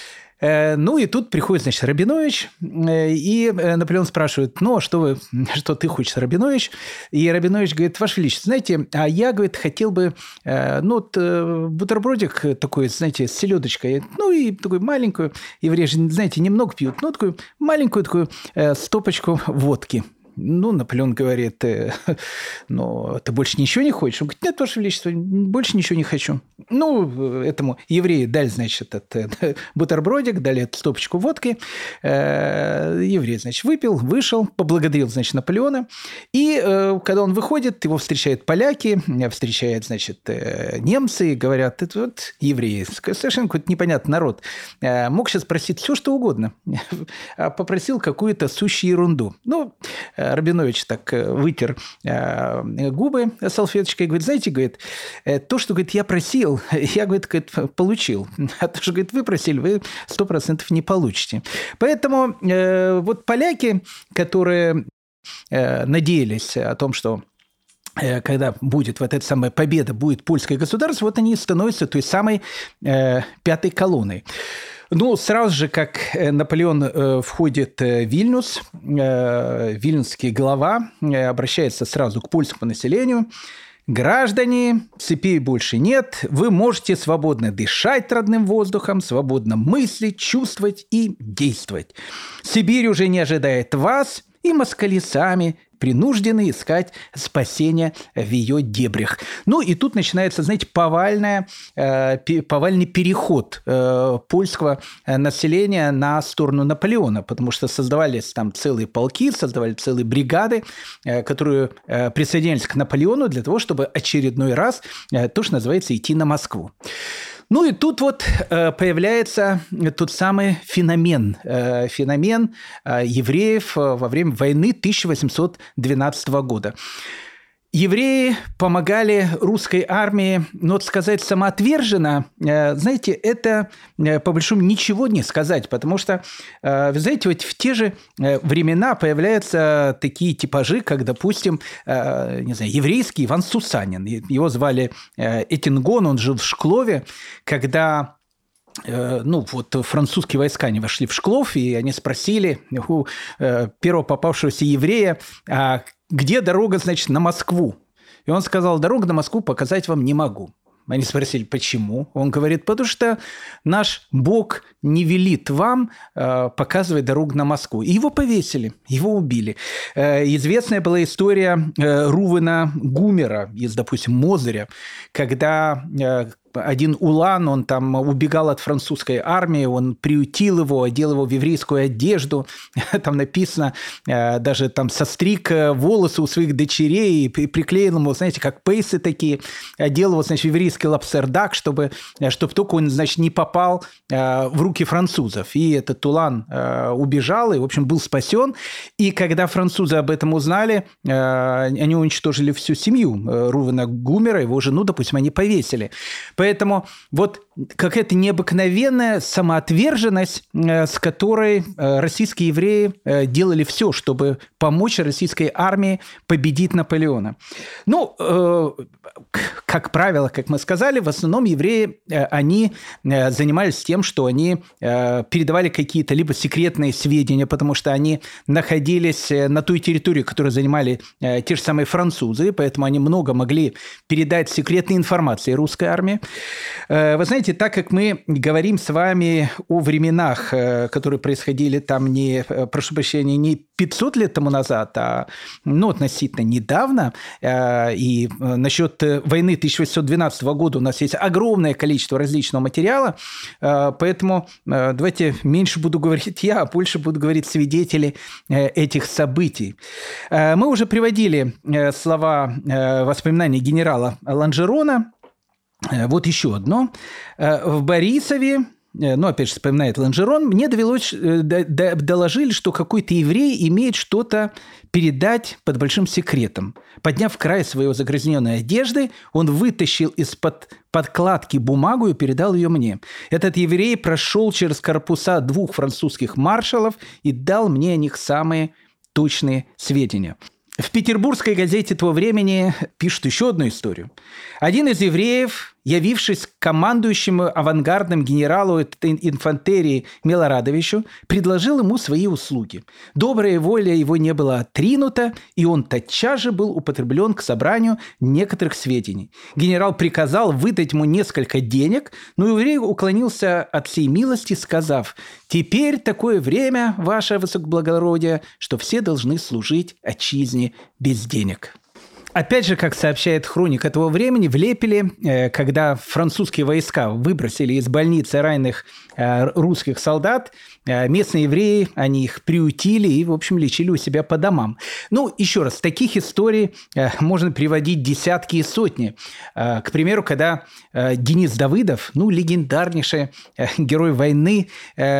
И тут приходит, значит, Рабинович, и Наполеон спрашивает: что ты хочешь, Рабинович? И Рабинович говорит: Ваше Величество, знаете, а я, говорит, хотел бы, бутербродик такой, знаете, с селедочкой, и такую маленькую, евреи же, знаете, немного пьют, такую маленькую такую стопочку водки. Наполеон говорит: ты больше ничего не хочешь? Он говорит: нет, Ваше Величество, больше ничего не хочу. Этому еврею дали, значит, этот бутербродик, дали эту стопочку водки. Еврей, значит, выпил, вышел, поблагодарил, значит, Наполеона. И когда он выходит, его встречают поляки, встречают, значит, немцы, и говорят: это вот евреи, совершенно какой-то непонятный народ. Мог сейчас просить все, что угодно. А попросил какую-то сущую ерунду. Рабинович так вытер губы салфеточкой и говорит: знаете, говорит, то, что, говорит, я просил, я, говорит, получил. А то, что, говорит, вы просили, вы 100% не получите. Поэтому вот поляки, которые надеялись о том, что когда будет вот эта самая победа, будет польское государство, вот они становятся той самой пятой колонной. Сразу же, как Наполеон входит в Вильнюс, вильнюсский глава обращается сразу к польскому населению: граждане, цепей больше нет, вы можете свободно дышать родным воздухом, свободно мыслить, чувствовать и действовать. Сибирь уже не ожидает вас, и москали сами принуждены искать спасения в ее дебрях. И тут начинается, знаете, повальный переход польского населения на сторону Наполеона, потому что создавались там целые полки, создавали целые бригады, которые присоединялись к Наполеону для того, чтобы очередной раз, то, что называется, идти на Москву. И тут вот появляется тот самый феномен евреев во время войны 1812 года. Евреи помогали русской армии, сказать самоотверженно, знаете, это по большому ничего не сказать, потому что, вы знаете, вот в те же времена появляются такие типажи, как, допустим, еврейский Иван Сусанин. Его звали Этингон, он жил в Шклове, когда французские войска, они вошли в Шклов, и они спросили у первого попавшегося еврея: где дорога, значит, на Москву? И он сказал: дорогу на Москву показать вам не могу. Они спросили: почему? Он говорит: потому что наш Бог не велит вам показывать дорогу на Москву. И его повесили, его убили. Известная была история Рувена Гумера из, допустим, Мозыря, когда один улан, он там убегал от французской армии, он приютил его, одел его в еврейскую одежду. Там написано, даже там состриг волосы у своих дочерей и приклеил ему, знаете, как пейсы такие, одел его, значит, в еврейский лапсердак, чтобы только он, значит, не попал в руки французов. И этот улан убежал и, в общем, был спасен. И когда французы об этом узнали, они уничтожили всю семью Рувена Гумера, его жену, допустим, они повесили. Поэтому вот какая-то необыкновенная самоотверженность, с которой российские евреи делали все, чтобы помочь российской армии победить Наполеона. Ну, как правило, как мы сказали, в основном евреи, они занимались тем, что они передавали какие-то либо секретные сведения, потому что они находились на той территории, которую занимали те же самые французы, поэтому они много могли передать секретной информации русской армии. Вы знаете, так как мы говорим с вами о временах, которые происходили там не 500 лет тому назад, а относительно недавно, и насчет войны 1812 года у нас есть огромное количество различного материала, поэтому давайте меньше буду говорить я, а больше будут говорить свидетели этих событий. Мы уже приводили слова воспоминаний генерала Ланжерона. Вот еще одно. В Борисове, опять же, вспоминает Ланжерон, мне доложили, что какой-то еврей имеет что-то передать под большим секретом. Подняв край своей загрязненной одежды, он вытащил из-под подкладки бумагу и передал ее мне. Этот еврей прошел через корпуса 2 французских маршалов и дал мне о них самые точные сведения. В петербургской газете того времени пишут еще одну историю. Один из евреев, явившись к командующему авангардным генералу инфантерии Милорадовичу, предложил ему свои услуги. Добрая воля его не была отринута, и он тотчас же был употреблен к собранию некоторых сведений. Генерал приказал выдать ему несколько денег, но еврей уклонился от сей милости, сказав: «Теперь такое время, ваше высокоблагородие, что все должны служить отчизне без денег». Опять же, как сообщает хроника того времени, в Лепеле, когда французские войска выбросили из больницы раненых русских солдат, местные евреи, они их приютили и, в общем, лечили у себя по домам. Еще раз, таких историй можно приводить десятки и сотни. К примеру, когда Денис Давыдов, легендарнейший герой войны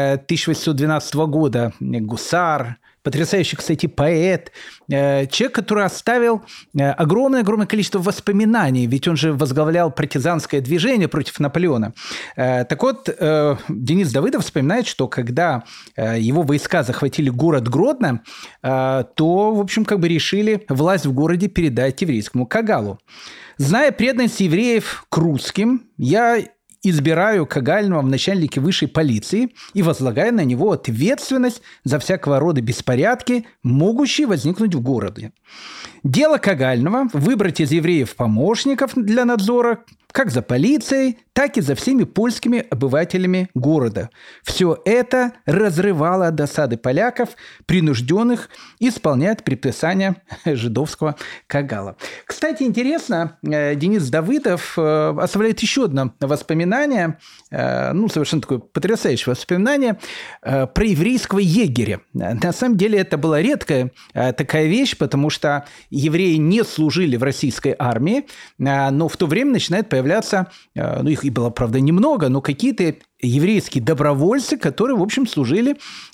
1812 года, гусар, потрясающий, кстати, поэт, человек, который оставил огромное количество воспоминаний, ведь он же возглавлял партизанское движение против Наполеона. Так вот, Денис Давыдов вспоминает, что когда его войска захватили город Гродно, то, в общем, решили власть в городе передать еврейскому Кагалу. Зная преданность евреев к русским, я избираю Кагального в начальнике высшей полиции и возлагаю на него ответственность за всякого рода беспорядки, могущие возникнуть в городе. Дело Кагального – выбрать из евреев помощников для надзора как за полицией, так и за всеми польскими обывателями города. Все это разрывало от досады поляков, принужденных исполнять предписания жидовского Кагала. Кстати, интересно, Денис Давыдов оставляет еще одно воспоминание, совершенно такое потрясающее воспоминание про еврейского егеря. На самом деле это была редкая такая вещь, потому что евреи не служили в российской армии, но в то время начинает появляться, их и было, правда, немного, но какие-то еврейские добровольцы, которые, в общем, служили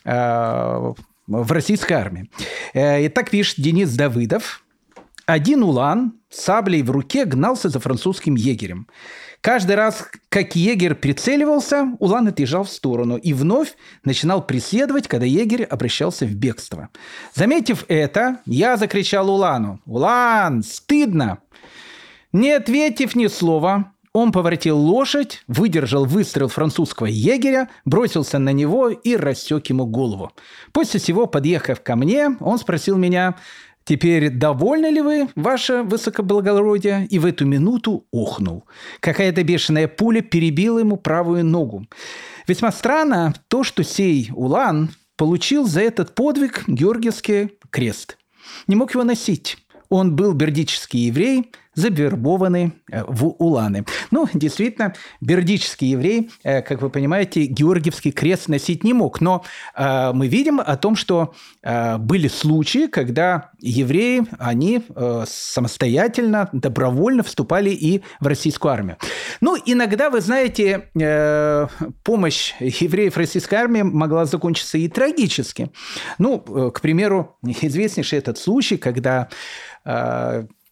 в российской армии. И так пишет Денис Давыдов. Один улан с саблей в руке гнался за французским егерем. Каждый раз, как егерь прицеливался, улан отъезжал в сторону и вновь начинал преследовать, когда егерь обращался в бегство. Заметив это, я закричал улану: «Улан, стыдно!» Не ответив ни слова, он поворотил лошадь, выдержал выстрел французского егеря, бросился на него и рассек ему голову. После сего, подъехав ко мне, он спросил меня: «Теперь довольны ли вы, ваше высокоблагородие?» И в эту минуту охнул. Какая-то бешеная пуля перебила ему правую ногу. Весьма странно то, что сей улан получил за этот подвиг Георгиевский крест. Не мог его носить. Он был бердический еврей, завербованный в уланы. Действительно, бердический еврей, как вы понимаете, Георгиевский крест носить не мог. Но мы видим о том, что были случаи, когда евреи, они самостоятельно, добровольно вступали и в российскую армию. Иногда, вы знаете, помощь евреев российской армии могла закончиться и трагически. К примеру, известнейший этот случай, когда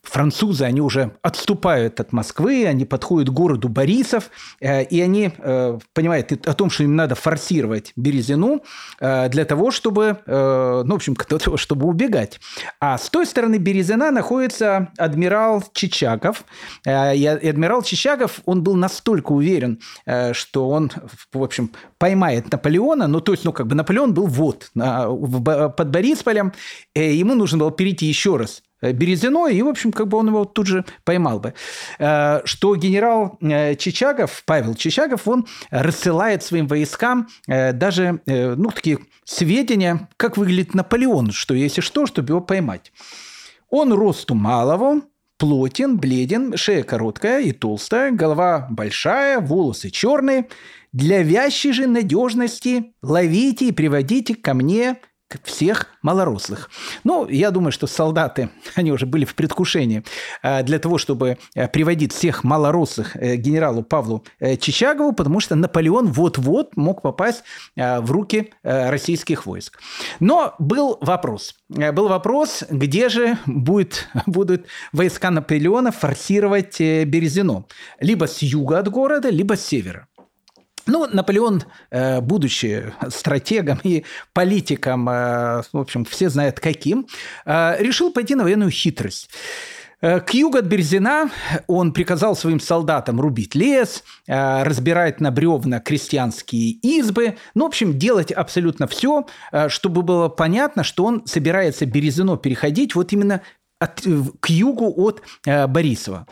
французы, они уже отступают от Москвы, они подходят к городу Борисов, и они понимают о том, что им надо форсировать Березину для того, чтобы, в общем, для того, чтобы убегать. А с той стороны Березина находится адмирал Чичагов. И адмирал Чичагов, он был настолько уверен, что он, в общем, поймает Наполеона, Наполеон был под Борисполем, ему нужно было перейти еще раз Березино, и, в общем, он его тут же поймал бы. Что генерал Чичагов, Павел Чичагов, он рассылает своим войскам даже, такие сведения, как выглядит Наполеон, что если что, чтобы его поймать. Он росту малого, плотен, бледен, шея короткая и толстая, голова большая, волосы черные. Для вящей же надежности ловите и приводите ко мне всех малорослых. Я думаю, что солдаты, они уже были в предвкушении для того, чтобы приводить всех малорослых генералу Павлу Чичагову, потому что Наполеон вот-вот мог попасть в руки российских войск. Но был вопрос. Где же будут войска Наполеона форсировать Березино? Либо с юга от города, либо с севера. Наполеон, будучи стратегом и политиком, в общем, все знают каким, решил пойти на военную хитрость. К югу от Березина он приказал своим солдатам рубить лес, разбирать на бревна крестьянские избы, в общем, делать абсолютно все, чтобы было понятно, что он собирается Березино переходить вот именно к югу от Борисова.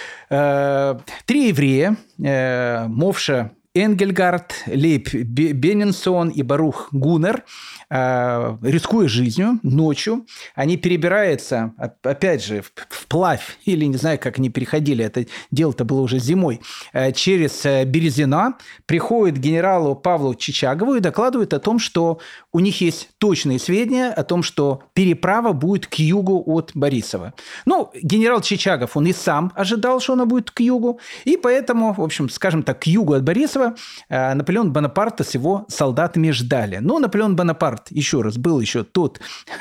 3 еврея, Мовша Энгельгард, Лейб Бенненсон и Барух Гуннер, рискуя жизнью, ночью, они перебираются, опять же, вплавь, или не знаю, как они переходили, это дело-то было уже зимой, через Березина, приходят к генералу Павлу Чичагову и докладывают о том, что у них есть точные сведения о том, что переправа будет к югу от Борисова. Генерал Чичагов, он и сам ожидал, что она будет к югу, и поэтому, в общем, скажем так, к югу от Борисова Наполеон Бонапарта с его солдатами ждали. Но Наполеон Бонапарт, еще раз, был еще тот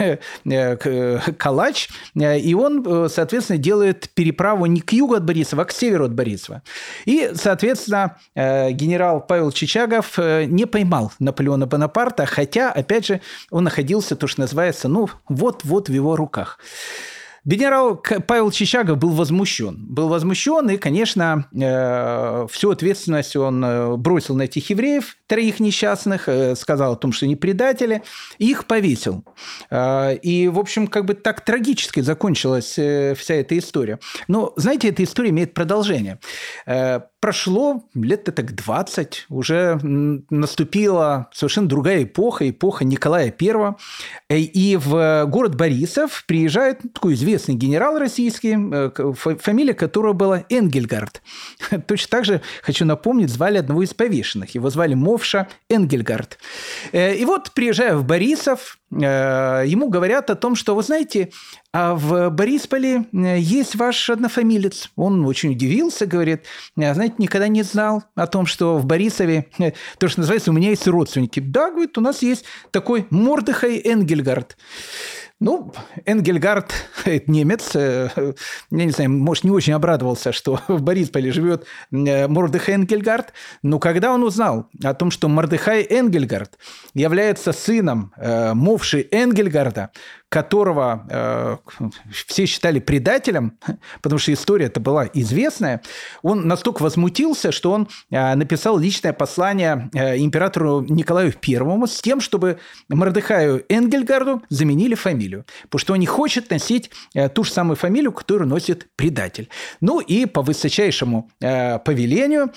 калач, и он, соответственно, делает переправу не к югу от Борисова, а к северу от Борисова. И, соответственно, генерал Павел Чичагов не поймал Наполеона Бонапарта, хотя, опять же, он находился, то, что называется, вот-вот в его руках. Генерал Павел Чичагов был возмущен, и, конечно, всю ответственность он бросил на этих евреев, 3 несчастных, сказал о том, что они предатели, и их повесил. И, в общем, так трагически закончилась вся эта история. Но, знаете, эта история имеет продолжение. Прошло лет так 20, уже наступила совершенно другая эпоха Николая I, и в город Борисов приезжает такой известный генерал российский, фамилия которого была Энгельгард. Точно так же, хочу напомнить, звали одного из повешенных, его звали Мовша Энгельгард. И вот, приезжая в Борисов, ему говорят о том, что, вы знаете, а в Борисполе есть ваш однофамилец. Он очень удивился, говорит, знаете, никогда не знал о том, что в Борисове, то, что называется, у меня есть родственники. Да, говорит, у нас есть такой Мордехай Энгельгард. Энгельгард, немец, я не знаю, может, не очень обрадовался, что в Борисполе живет Мордехай Энгельгард, но когда он узнал о том, что Мордехай Энгельгард является сыном Мовши Энгельгарда, которого все считали предателем, потому что история-то была известная, он настолько возмутился, что он написал личное послание императору Николаю I с тем, чтобы Мордехаю Энгельгарду заменили фамилию, потому что он не хочет носить ту же самую фамилию, которую носит предатель. И по высочайшему повелению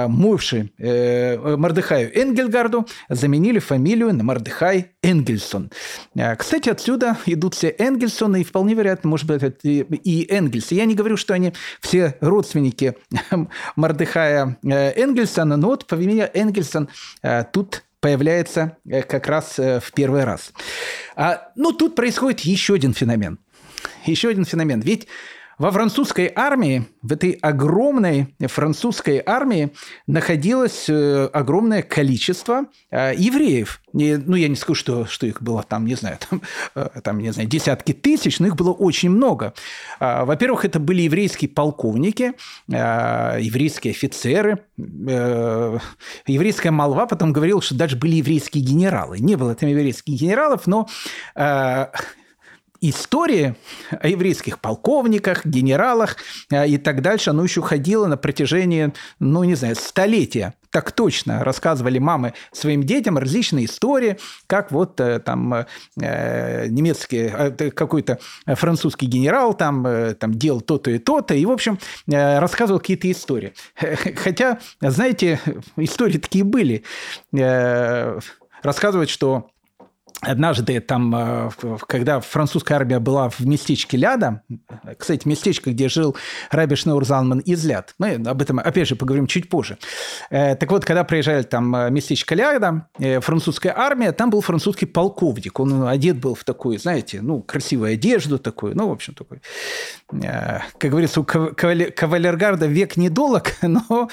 Мордехаю Энгельгарду заменили фамилию на Мордехай Энгельсон. Кстати, отсюда идут все Энгельсоны, и вполне вероятно, может быть, это и Энгельсы. Я не говорю, что они все родственники Мордехая Энгельсона, но вот фамилия Энгельсон тут появляется как раз в первый раз. Но тут происходит еще один феномен. Ведь Во французской армии, в этой огромной французской армии находилось огромное количество евреев. Ну, я не скажу, что их было там, не знаю, десятки тысяч, но их было очень много. Во-первых, это были еврейские полковники, еврейские офицеры. Еврейская молва потом говорила, что даже были еврейские генералы. Не было там еврейских генералов, но история о еврейских полковниках, генералах и так дальше, оно еще ходило на протяжении, столетия. Так точно рассказывали мамы своим детям различные истории, как вот там немецкий, какой-то французский генерал там делал то-то и то-то, и, в общем, рассказывал какие-то истории. Хотя, знаете, истории такие были. Рассказывают, что однажды, там, когда французская армия была в местечке Ляда, кстати, местечко, где жил Раби Шнeur Залман из Ляд, мы об этом, опять же, поговорим чуть позже. Так вот, когда приезжали там местечко Ляда, французская армия, там был французский полковник. Он одет был в такую, знаете, красивую одежду такую, в общем, такой, как говорится, у кавалергарда век недолог, но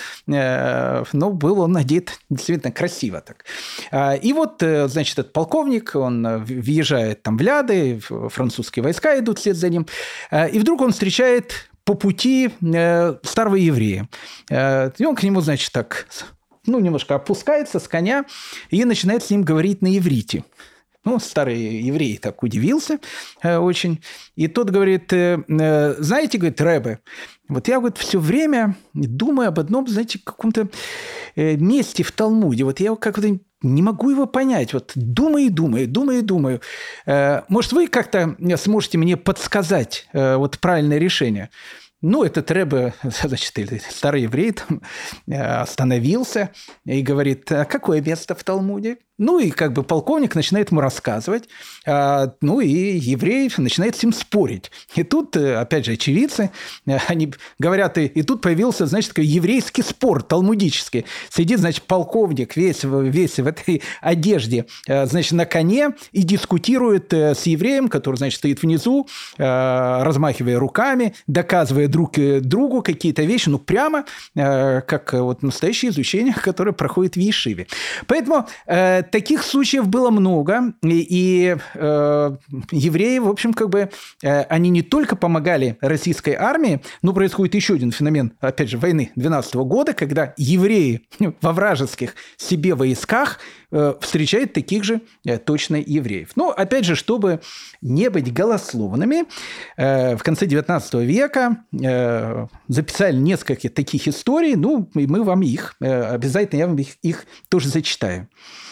был он одет действительно красиво так. И вот, значит, этот полковник, он въезжает там в Ляды, французские войска идут вслед за ним, и вдруг он встречает по пути старого еврея. И он к нему, значит, так, немножко опускается с коня и начинает с ним говорить на иврите. Старый еврей так удивился очень. И тот говорит, знаете, говорит, Ребе, вот я, говорит, все время думаю об одном, знаете, каком-то месте в Талмуде. Вот я как-то не могу его понять. Вот думаю. Может, вы как-то сможете мне подсказать вот правильное решение? Этот Ребе, значит, старый еврей, там, остановился и говорит, а какое место в Талмуде? И как бы полковник начинает ему рассказывать, и еврей начинает с ним спорить. И тут, опять же, очевидцы, они говорят, и тут появился, значит, такой еврейский спор талмудический. Сидит, значит, полковник весь в этой одежде, значит, на коне и дискутирует с евреем, который, значит, стоит внизу, размахивая руками, доказывая друг другу какие-то вещи, прямо как вот настоящее изучение, которое проходит в Ешиве. Поэтому таких случаев было много, и евреи, в общем, как бы, они не только помогали российской армии, но происходит еще один феномен, опять же, войны 12 года, когда евреи во вражеских себе войсках встречают таких же точно евреев. Но, опять же, чтобы не быть голословными, в конце 19 века записали несколько таких историй, и мы вам их, обязательно я вам их тоже зачитаю.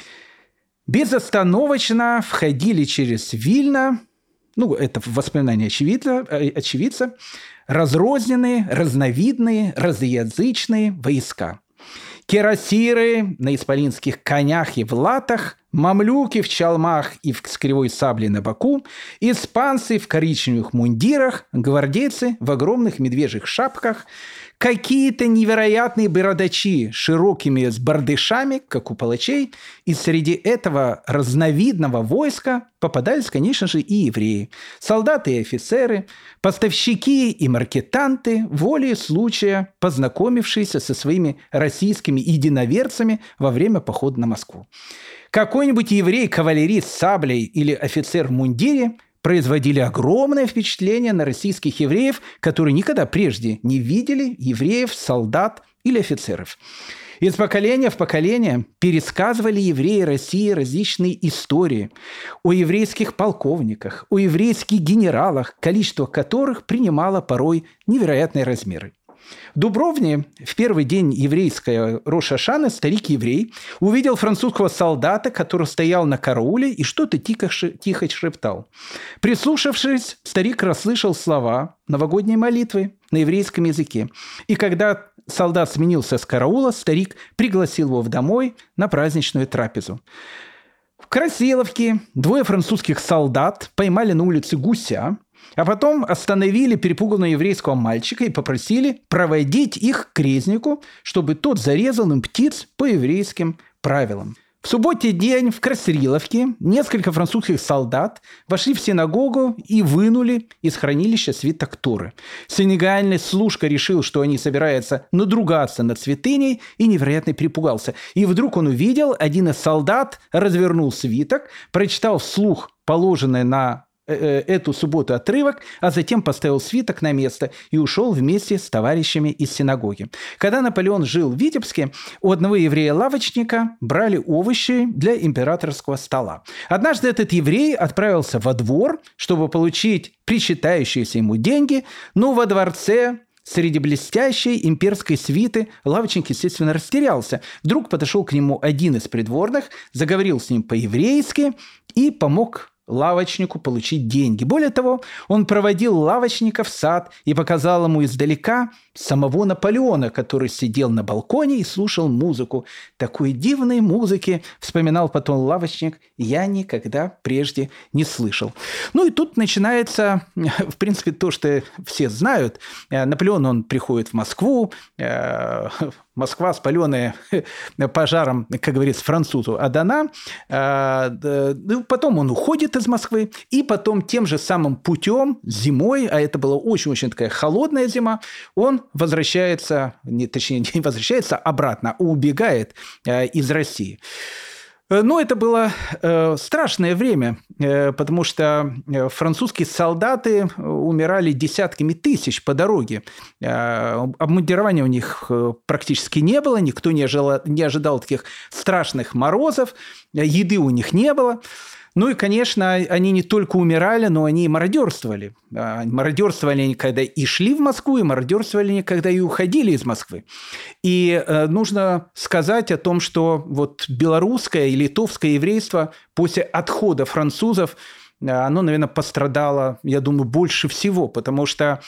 Безостановочно входили через Вильно, это воспоминания очевидца, разрозненные, разновидные, разноязычные войска. Кирасиры на исполинских конях и в латах, мамлюки в чалмах и с кривой саблей на боку, испанцы в коричневых мундирах, гвардейцы в огромных медвежьих шапках, какие-то невероятные бородачи широкими с бардышами, как у палачей, и среди этого разновидного войска попадались, конечно же, и евреи, солдаты и офицеры, поставщики и маркетанты, волей случая познакомившиеся со своими российскими единоверцами во время похода на Москву. Какой-нибудь еврей-кавалерист с саблей или офицер в мундире производили огромное впечатление на российских евреев, которые никогда прежде не видели евреев, солдат или офицеров. Из поколения в поколение пересказывали евреи России различные истории о еврейских полковниках, о еврейских генералах, количество которых принимало порой невероятные размеры. В Дубровне в первый день еврейской Рош ха-Шаны старик-еврей увидел французского солдата, который стоял на карауле и что-то тихо шептал. Прислушавшись, старик расслышал слова новогодней молитвы на еврейском языке. И когда солдат сменился с караула, старик пригласил его домой на праздничную трапезу. В Красиловке двое французских солдат поймали на улице гуся, а потом остановили перепуганного еврейского мальчика и попросили проводить их к резнику, чтобы тот зарезал им птиц по еврейским правилам. В В субботний день в Красриловке несколько французских солдат вошли в синагогу и вынули из хранилища свиток Торы. Синегальный служка решил, что они собираются надругаться над святыней, и невероятно перепугался. И вдруг он увидел, один из солдат развернул свиток, прочитал вслух положенное на эту субботу отрывок, а затем поставил свиток на место и ушел вместе с товарищами из синагоги. Когда Наполеон жил в Витебске, у одного еврея-лавочника брали овощи для императорского стола. Однажды этот еврей отправился во двор, чтобы получить причитающиеся ему деньги, но во дворце среди блестящей имперской свиты лавочник, естественно, растерялся. Вдруг подошел к нему один из придворных, заговорил с ним по-еврейски и помог лавочнику получить деньги. Более того, он проводил лавочника в сад и показал ему издалека самого Наполеона, который сидел на балконе и слушал музыку. Такой дивной музыки, вспоминал потом лавочник, я никогда прежде не слышал. Ну и тут начинается, в принципе, то, что все знают. Наполеон, он приходит в Москву, Москва, спаленная пожаром, как говорится, французу, отдана. Потом он уходит из Москвы, и потом тем же самым путем зимой, а это была очень-очень такая холодная зима, он возвращается, точнее, не возвращается обратно, а убегает из России. Но это было страшное время, потому что французские солдаты умирали десятками тысяч по дороге. Обмундирования у них практически не было, никто не ожидал таких страшных морозов, еды у них не было. Ну и, конечно, они не только умирали, но они и мародерствовали. Мародерствовали они, когда и шли в Москву, и мародерствовали они, когда и уходили из Москвы. И нужно сказать о том, что вот белорусское и литовское еврейство после отхода французов, оно, наверное, пострадало, я думаю, больше всего, потому что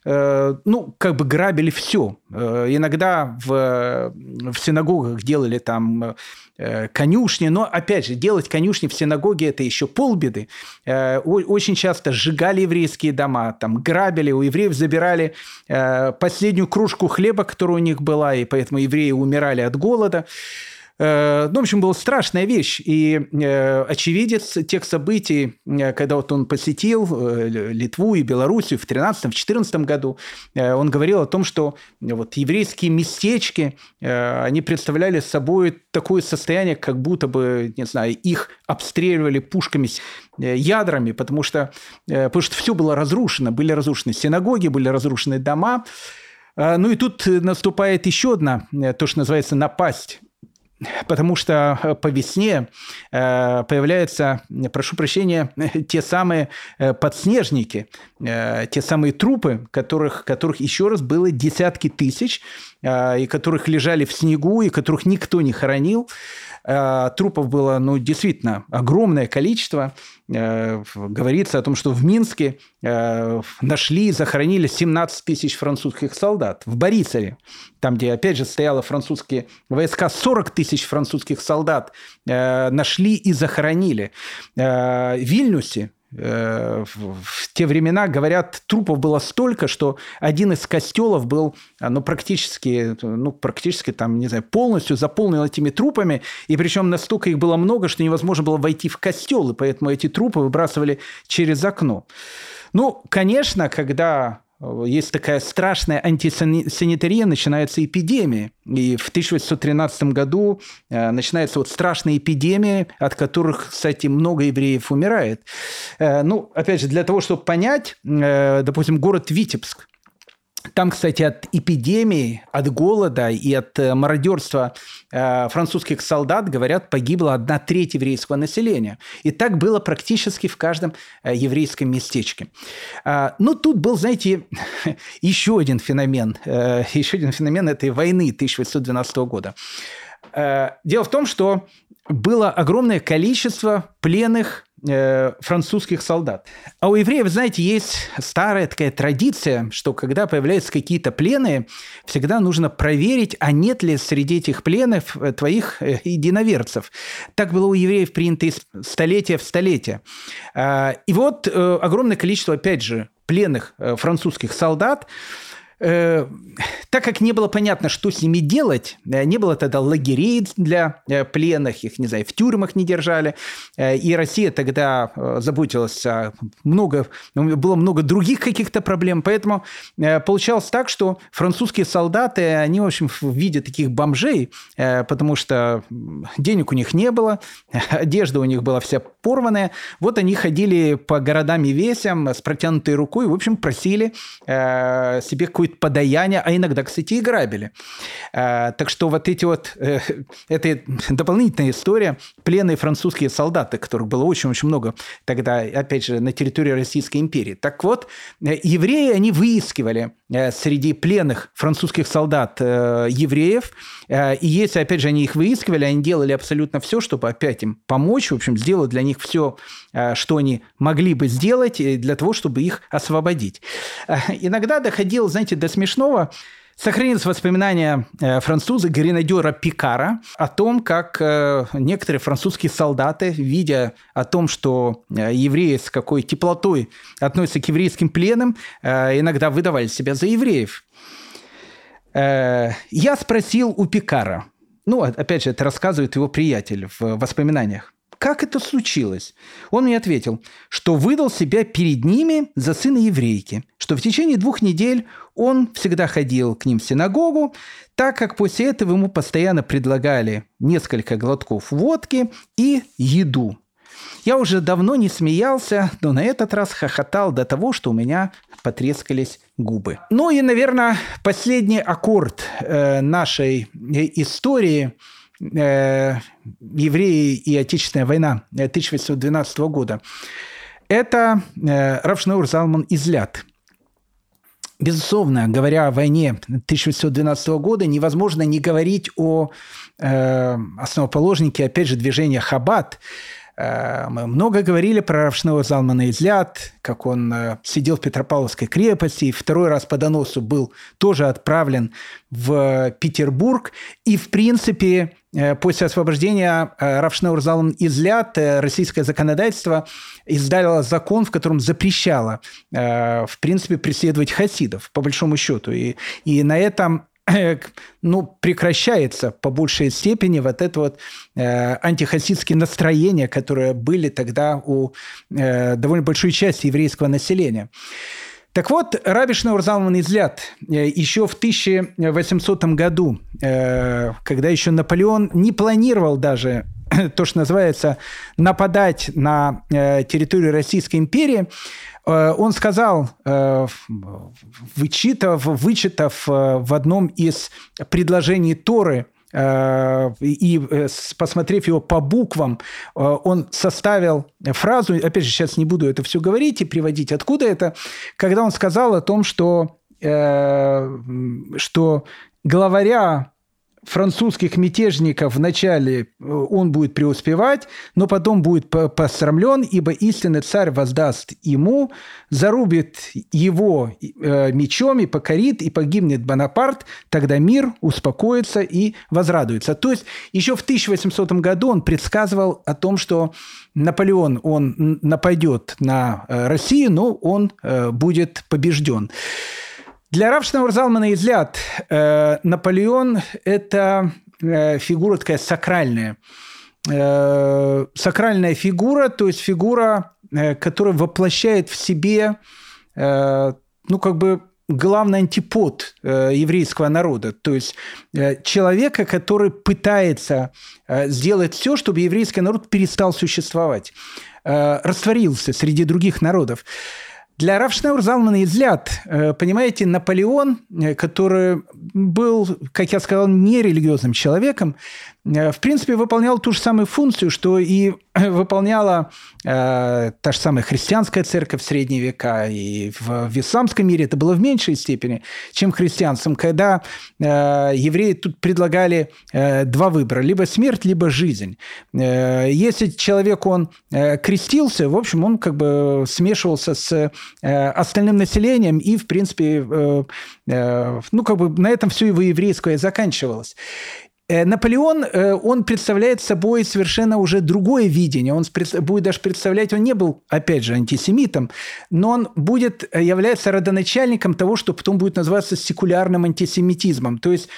грабили все. Иногда в синагогах делали там конюшни, но, опять же, делать конюшни в синагоге – это еще полбеды. Очень часто сжигали еврейские дома, там, грабили, у евреев забирали последнюю кружку хлеба, которая у них была, и поэтому евреи умирали от голода. В общем, была страшная вещь. И очевидец тех событий, когда вот он посетил Литву и Белоруссию в 13-14 году, он говорил о том, что вот еврейские местечки, они представляли собой такое состояние, как будто бы, не знаю, их обстреливали пушками, ядрами, потому что все было разрушено. Были разрушены синагоги, были разрушены дома. Ну и тут наступает еще одна, то, что называется, напасть. Потому что по весне появляются, прошу прощения, те самые подснежники, те самые трупы, которых еще раз было десятки тысяч, и которых лежали в снегу, и которых никто не хоронил. Трупов было, действительно огромное количество. Говорится о том, что в Минске нашли и захоронили 17 тысяч французских солдат. В Борисове, там, где, опять же, стояли французские войска, 40 тысяч французских солдат нашли и захоронили. В Вильнюсе в те времена, говорят, трупов было столько, что один из костелов был практически там, не знаю, полностью заполнен этими трупами, и причем настолько их было много, что невозможно было войти в костел, и поэтому эти трупы выбрасывали через окно. Конечно, когда есть такая страшная антисанитария, начинается эпидемия. И в 1813 году начинается страшная эпидемия, от которых, кстати, много евреев умирает. Опять же, для того, чтобы понять, допустим, город Витебск. Там, кстати, от эпидемии, от голода и от мародерства французских солдат, говорят, погибла 1/3 еврейского населения. И так было практически в каждом еврейском местечке. Но тут был, знаете, еще один феномен этой войны 1812 года. Дело в том, что было огромное количество пленных французских солдат. А у евреев, знаете, есть старая такая традиция, что когда появляются какие-то пленные, всегда нужно проверить, а нет ли среди этих пленных твоих единоверцев. Так было у евреев принято из столетия в столетие. И вот огромное количество, опять же, пленных французских солдат так как не было понятно, что с ними делать, не было тогда лагерей для пленных, их, не знаю, в тюрьмах не держали, и Россия тогда заботилась было много других каких-то проблем, поэтому получалось так, что французские солдаты, они, в общем, в виде таких бомжей, потому что денег у них не было, одежда у них была вся порванная, вот они ходили по городам и весям с протянутой рукой, в общем, просили себе какое-то подаяние, а иногда, кстати, и грабили. Так что вот эти вот... Это дополнительная история. Пленные французские солдаты, которых было очень-очень много тогда, опять же, на территории Российской империи. Так вот, евреи, они выискивали среди пленных французских солдат евреев. И если, опять же, они их выискивали, они делали абсолютно все, чтобы опять им помочь, в общем, сделать для них все, что они могли бы сделать для того, чтобы их освободить. Иногда доходило, знаете, до смешного. Сохранилось воспоминание француза-гренадера Пикара о том, как некоторые французские солдаты, видя о том, что евреи с какой теплотой относятся к еврейским пленным, иногда выдавали себя за евреев. Я спросил у Пикара, опять же, это рассказывает его приятель в воспоминаниях, как это случилось? Он мне ответил, что выдал себя перед ними за сына еврейки, что в течение 2 недель он всегда ходил к ним в синагогу, так как после этого ему постоянно предлагали несколько глотков водки и еду. Я уже давно не смеялся, но на этот раз хохотал до того, что у меня потрескались губы. И, наверное, последний аккорд нашей истории – евреи и Отечественная война 1812 года. Это Рав Шнeur Залман Излят. Безусловно, говоря о войне 1812 года, невозможно не говорить о основоположнике, опять же, движения Хаббат. Мы много говорили про Рав Шнеура Залмана Излят, как он сидел в Петропавловской крепости, и 2-й раз по доносу был тоже отправлен в Петербург. И, в принципе, после освобождения Рав Шнеур Залман Излят российское законодательство издало закон, в котором запрещало, в принципе, преследовать хасидов, по большому счету. И на этом прекращается по большей степени вот это вот антихасидские настроения, которые были тогда у довольно большой части еврейского населения. Так вот, Раби Шнеур Залман Излят еще в 1800 году, когда еще Наполеон не планировал даже то, что называется, нападать на территорию Российской империи, он сказал, вычитав в одном из предложений Торы, и посмотрев его по буквам, он составил фразу, опять же, сейчас не буду это все говорить и приводить, откуда это, когда он сказал о том, что главаря французских мятежников вначале он будет преуспевать, но потом будет посрамлен, ибо истинный царь воздаст ему, зарубит его мечом и покорит, и погибнет Бонапарт, тогда мир успокоится и возрадуется. То есть еще в 1800 году он предсказывал о том, что Наполеон, он нападет на Россию, но он будет побежден. Для Рав Шнеура Залмана Излят Наполеон – это фигура такая сакральная. Сакральная фигура, то есть фигура, которая воплощает в себе, главный антипод еврейского народа. То есть человека, который пытается сделать все, чтобы еврейский народ перестал существовать, растворился среди других народов. Для Рав Шнеура Залмана Излят, понимаете, Наполеон, который был, как я сказал, нерелигиозным человеком, в принципе, выполнял ту же самую функцию, что и выполняла та же самая христианская церковь в средние века, и в исламском мире это было в меньшей степени, чем в христианстве, когда евреи тут предлагали 2 выбора, либо смерть, либо жизнь. Если человек, он крестился, в общем, он смешивался с остальным населением, и, в принципе, на этом все его еврейское заканчивалось. Наполеон, он представляет собой совершенно уже другое видение. Он будет даже представлять, он не был, опять же, антисемитом, но он будет являться родоначальником того, что потом будет называться секулярным антисемитизмом. То есть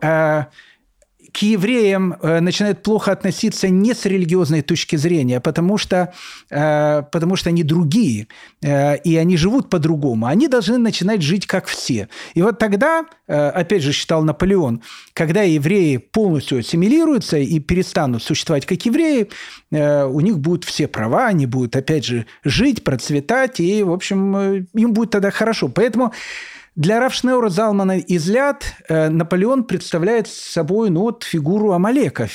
к евреям начинают плохо относиться не с религиозной точки зрения, потому что они другие, и они живут по-другому. Они должны начинать жить как все. И вот тогда, опять же, считал Наполеон, когда евреи полностью ассимилируются и перестанут существовать как евреи, у них будут все права, они будут, опять же, жить, процветать, и, в общем, им будет тогда хорошо. Поэтому для Рав Шнеура Залмана Изляд Наполеон представляет собой фигуру Амалека,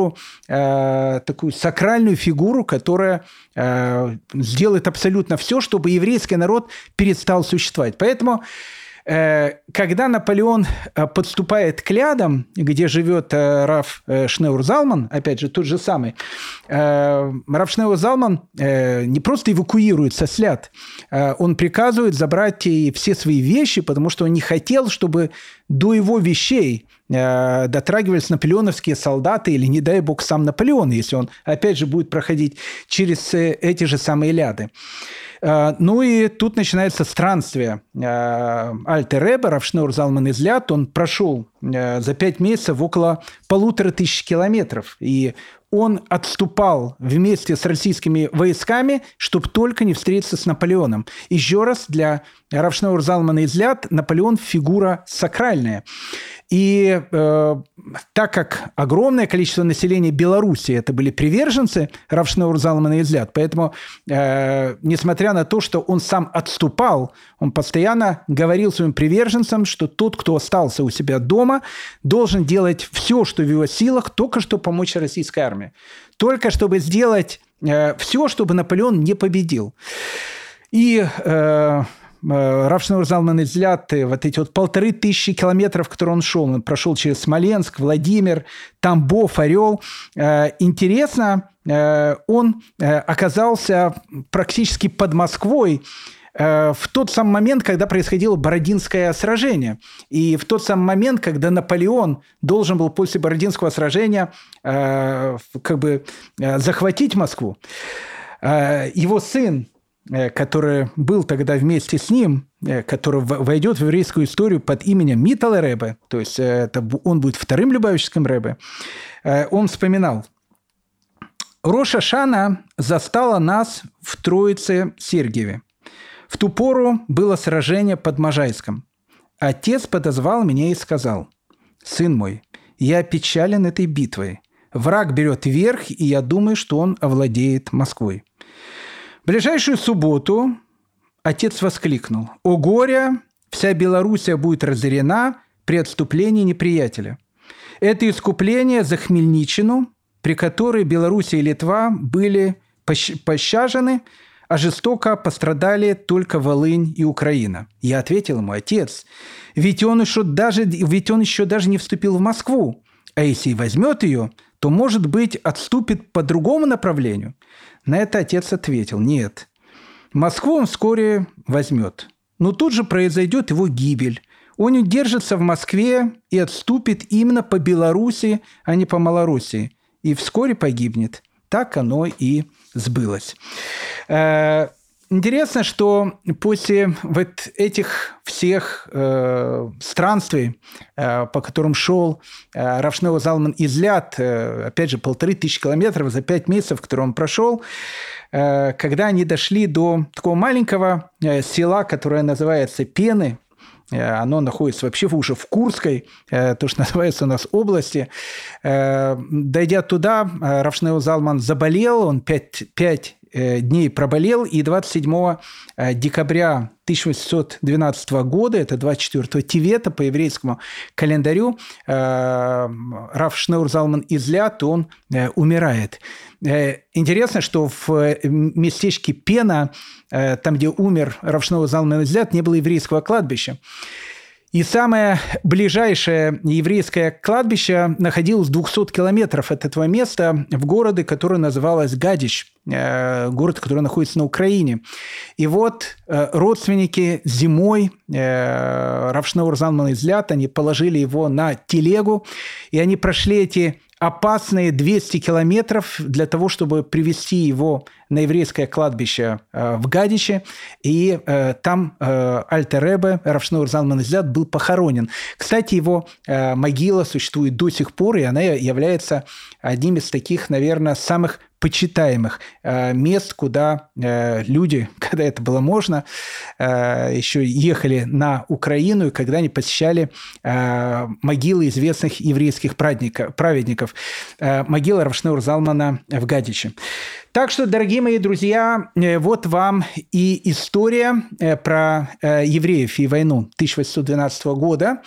такую сакральную фигуру, которая сделает абсолютно все, чтобы еврейский народ перестал существовать. Поэтому, когда Наполеон подступает к Лядам, где живет Рав Шнеур Залман, опять же, тот же самый, Рав Шнеур Залман не просто эвакуируется с Ляд, он приказывает забрать и все свои вещи, потому что он не хотел, чтобы до его вещей дотрагивались наполеоновские солдаты или, не дай бог, сам Наполеон, если он, опять же, будет проходить через эти же самые Ляды. Ну и тут начинается странствие Альтер Ребе, Рав Шнеур Залман Изляд. Он прошел за 5 месяцев около 1500 километров. И он отступал вместе с российскими войсками, чтобы только не встретиться с Наполеоном. Еще раз, для Рав Шнеур Залмана Изляд Наполеон – фигура сакральная. И так как огромное количество населения Беларуси это были приверженцы Рав Шнеур Залмана Изляд, поэтому, несмотря на то, что он сам отступал, он постоянно говорил своим приверженцам, что тот, кто остался у себя дома, должен делать все, что в его силах, только чтобы помочь российской армии. Только чтобы сделать все, чтобы Наполеон не победил. И Рав Шнеур Залман Изляд, вот эти 1500 километров, которые он шел, он прошел через Смоленск, Владимир, Тамбов, Орел. Интересно, он оказался практически под Москвой в тот самый момент, когда происходило Бородинское сражение. И в тот самый момент, когда Наполеон должен был после Бородинского сражения захватить Москву, его сын, который был тогда вместе с ним, который войдет в еврейскую историю под именем Миттал Ребе, то есть он будет вторым Любавическим Ребе, он вспоминал: «Рош ха-Шана застала нас в Троице-Сергиеве. В ту пору было сражение под Можайском. Отец подозвал меня и сказал: сын мой, я опечален этой битвой. Враг берет верх, и я думаю, что он овладеет Москвой. В ближайшую субботу отец воскликнул: «О горе! Вся Белоруссия будет разорена при отступлении неприятеля. Это искупление за Хмельниччину, при которой Белоруссия и Литва были пощажены, а жестоко пострадали только Волынь и Украина». Я ответил ему: «Отец, ведь он еще даже не вступил в Москву, а если и возьмет ее, то, может быть, отступит по другому направлению». На это отец ответил: «Нет, Москву он вскоре возьмет, но тут же произойдет его гибель. Он удержится в Москве и отступит именно по Белоруссии, а не по Малороссии, и вскоре погибнет». Так оно и сбылось. Интересно, что после вот этих всех странствий, по которым шел Рав Шнеур Залман Изляд, опять же, 1500 километров за 5 месяцев, которые он прошел, когда они дошли до такого маленького села, которое называется Пены, оно находится вообще уже в Курской, то, что называется у нас области. Дойдя туда, Рав Шнеур Залман заболел, он 5 дней проболел, и 27 декабря 1812 года, это 24 Тевета по еврейскому календарю, Рав Шнеур Залман Изляд, он умирает. Интересно, что в местечке Пена, там, где умер Рав Шнеур Залман Изляд, не было еврейского кладбища. И самое ближайшее еврейское кладбище находилось в 200 километров от этого места, в городе, который назывался Гадич, город, который находится на Украине. И вот родственники зимой Рав Шнeur Залман из Ляд, они положили его на телегу, и они прошли эти опасные 200 километров для того, чтобы привезти его на еврейское кладбище в Гадиче. И там Альтер Ребе Рав Шнeur Залман из Ляд был похоронен. Кстати, его могила существует до сих пор, и она является одним из таких, наверное, самых почитаемых мест, куда люди, когда это было можно, еще ехали на Украину, и когда они посещали могилы известных еврейских праведников. Могила Рав Шнeur Залмана в Гадиче. Так что, дорогие мои друзья, вот вам и история про евреев и войну 1812 года.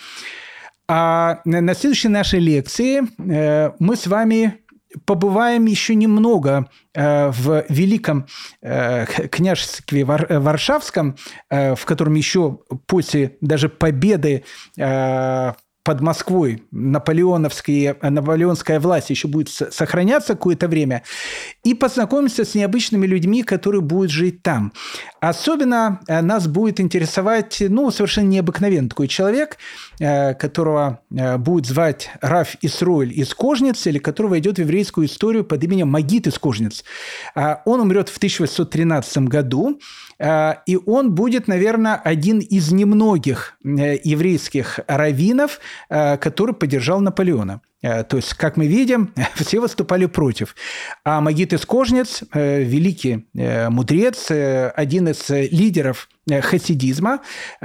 А на следующей нашей лекции мы с вами побываем еще немного в Великом княжестве Варшавском, в котором еще после даже победы под Москвой наполеонская власть еще будет сохраняться какое-то время, и познакомимся с необычными людьми, которые будут жить там. Особенно нас будет интересовать, совершенно необыкновенный такой человек, которого будет звать Рав Исроэль из Кожниц, или который войдет в еврейскую историю под именем Магид из Кожниц. Он умрет в 1813 году, и он будет, наверное, один из немногих еврейских раввинов, который поддержал Наполеона. То есть, как мы видим, все выступали против. А Магид из Кожниц, великий мудрец, один из лидеров хасидизма,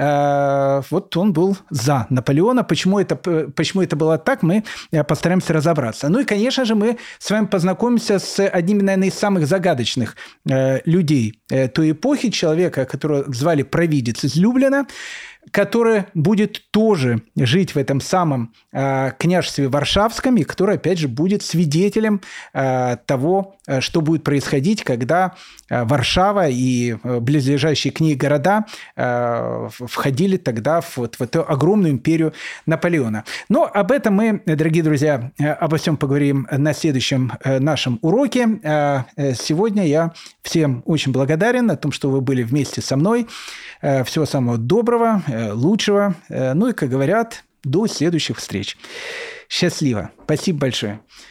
вот он был за Наполеона. Почему это было так, мы постараемся разобраться. Ну и, конечно же, мы с вами познакомимся с одним, наверное, из самых загадочных людей той эпохи, человека, которого звали Провидец из Люблина, который будет тоже жить в этом самом княжестве Варшавском, и который, опять же, будет свидетелем того, что будет происходить, когда Варшава и близлежащие к ней города входили тогда в эту огромную империю Наполеона. Но об этом мы, дорогие друзья, обо всем поговорим на следующем нашем уроке. Сегодня я всем очень благодарен о том, что вы были вместе со мной. Всего самого доброго, лучшего. Ну и, как говорят, до следующих встреч. Счастливо. Спасибо большое.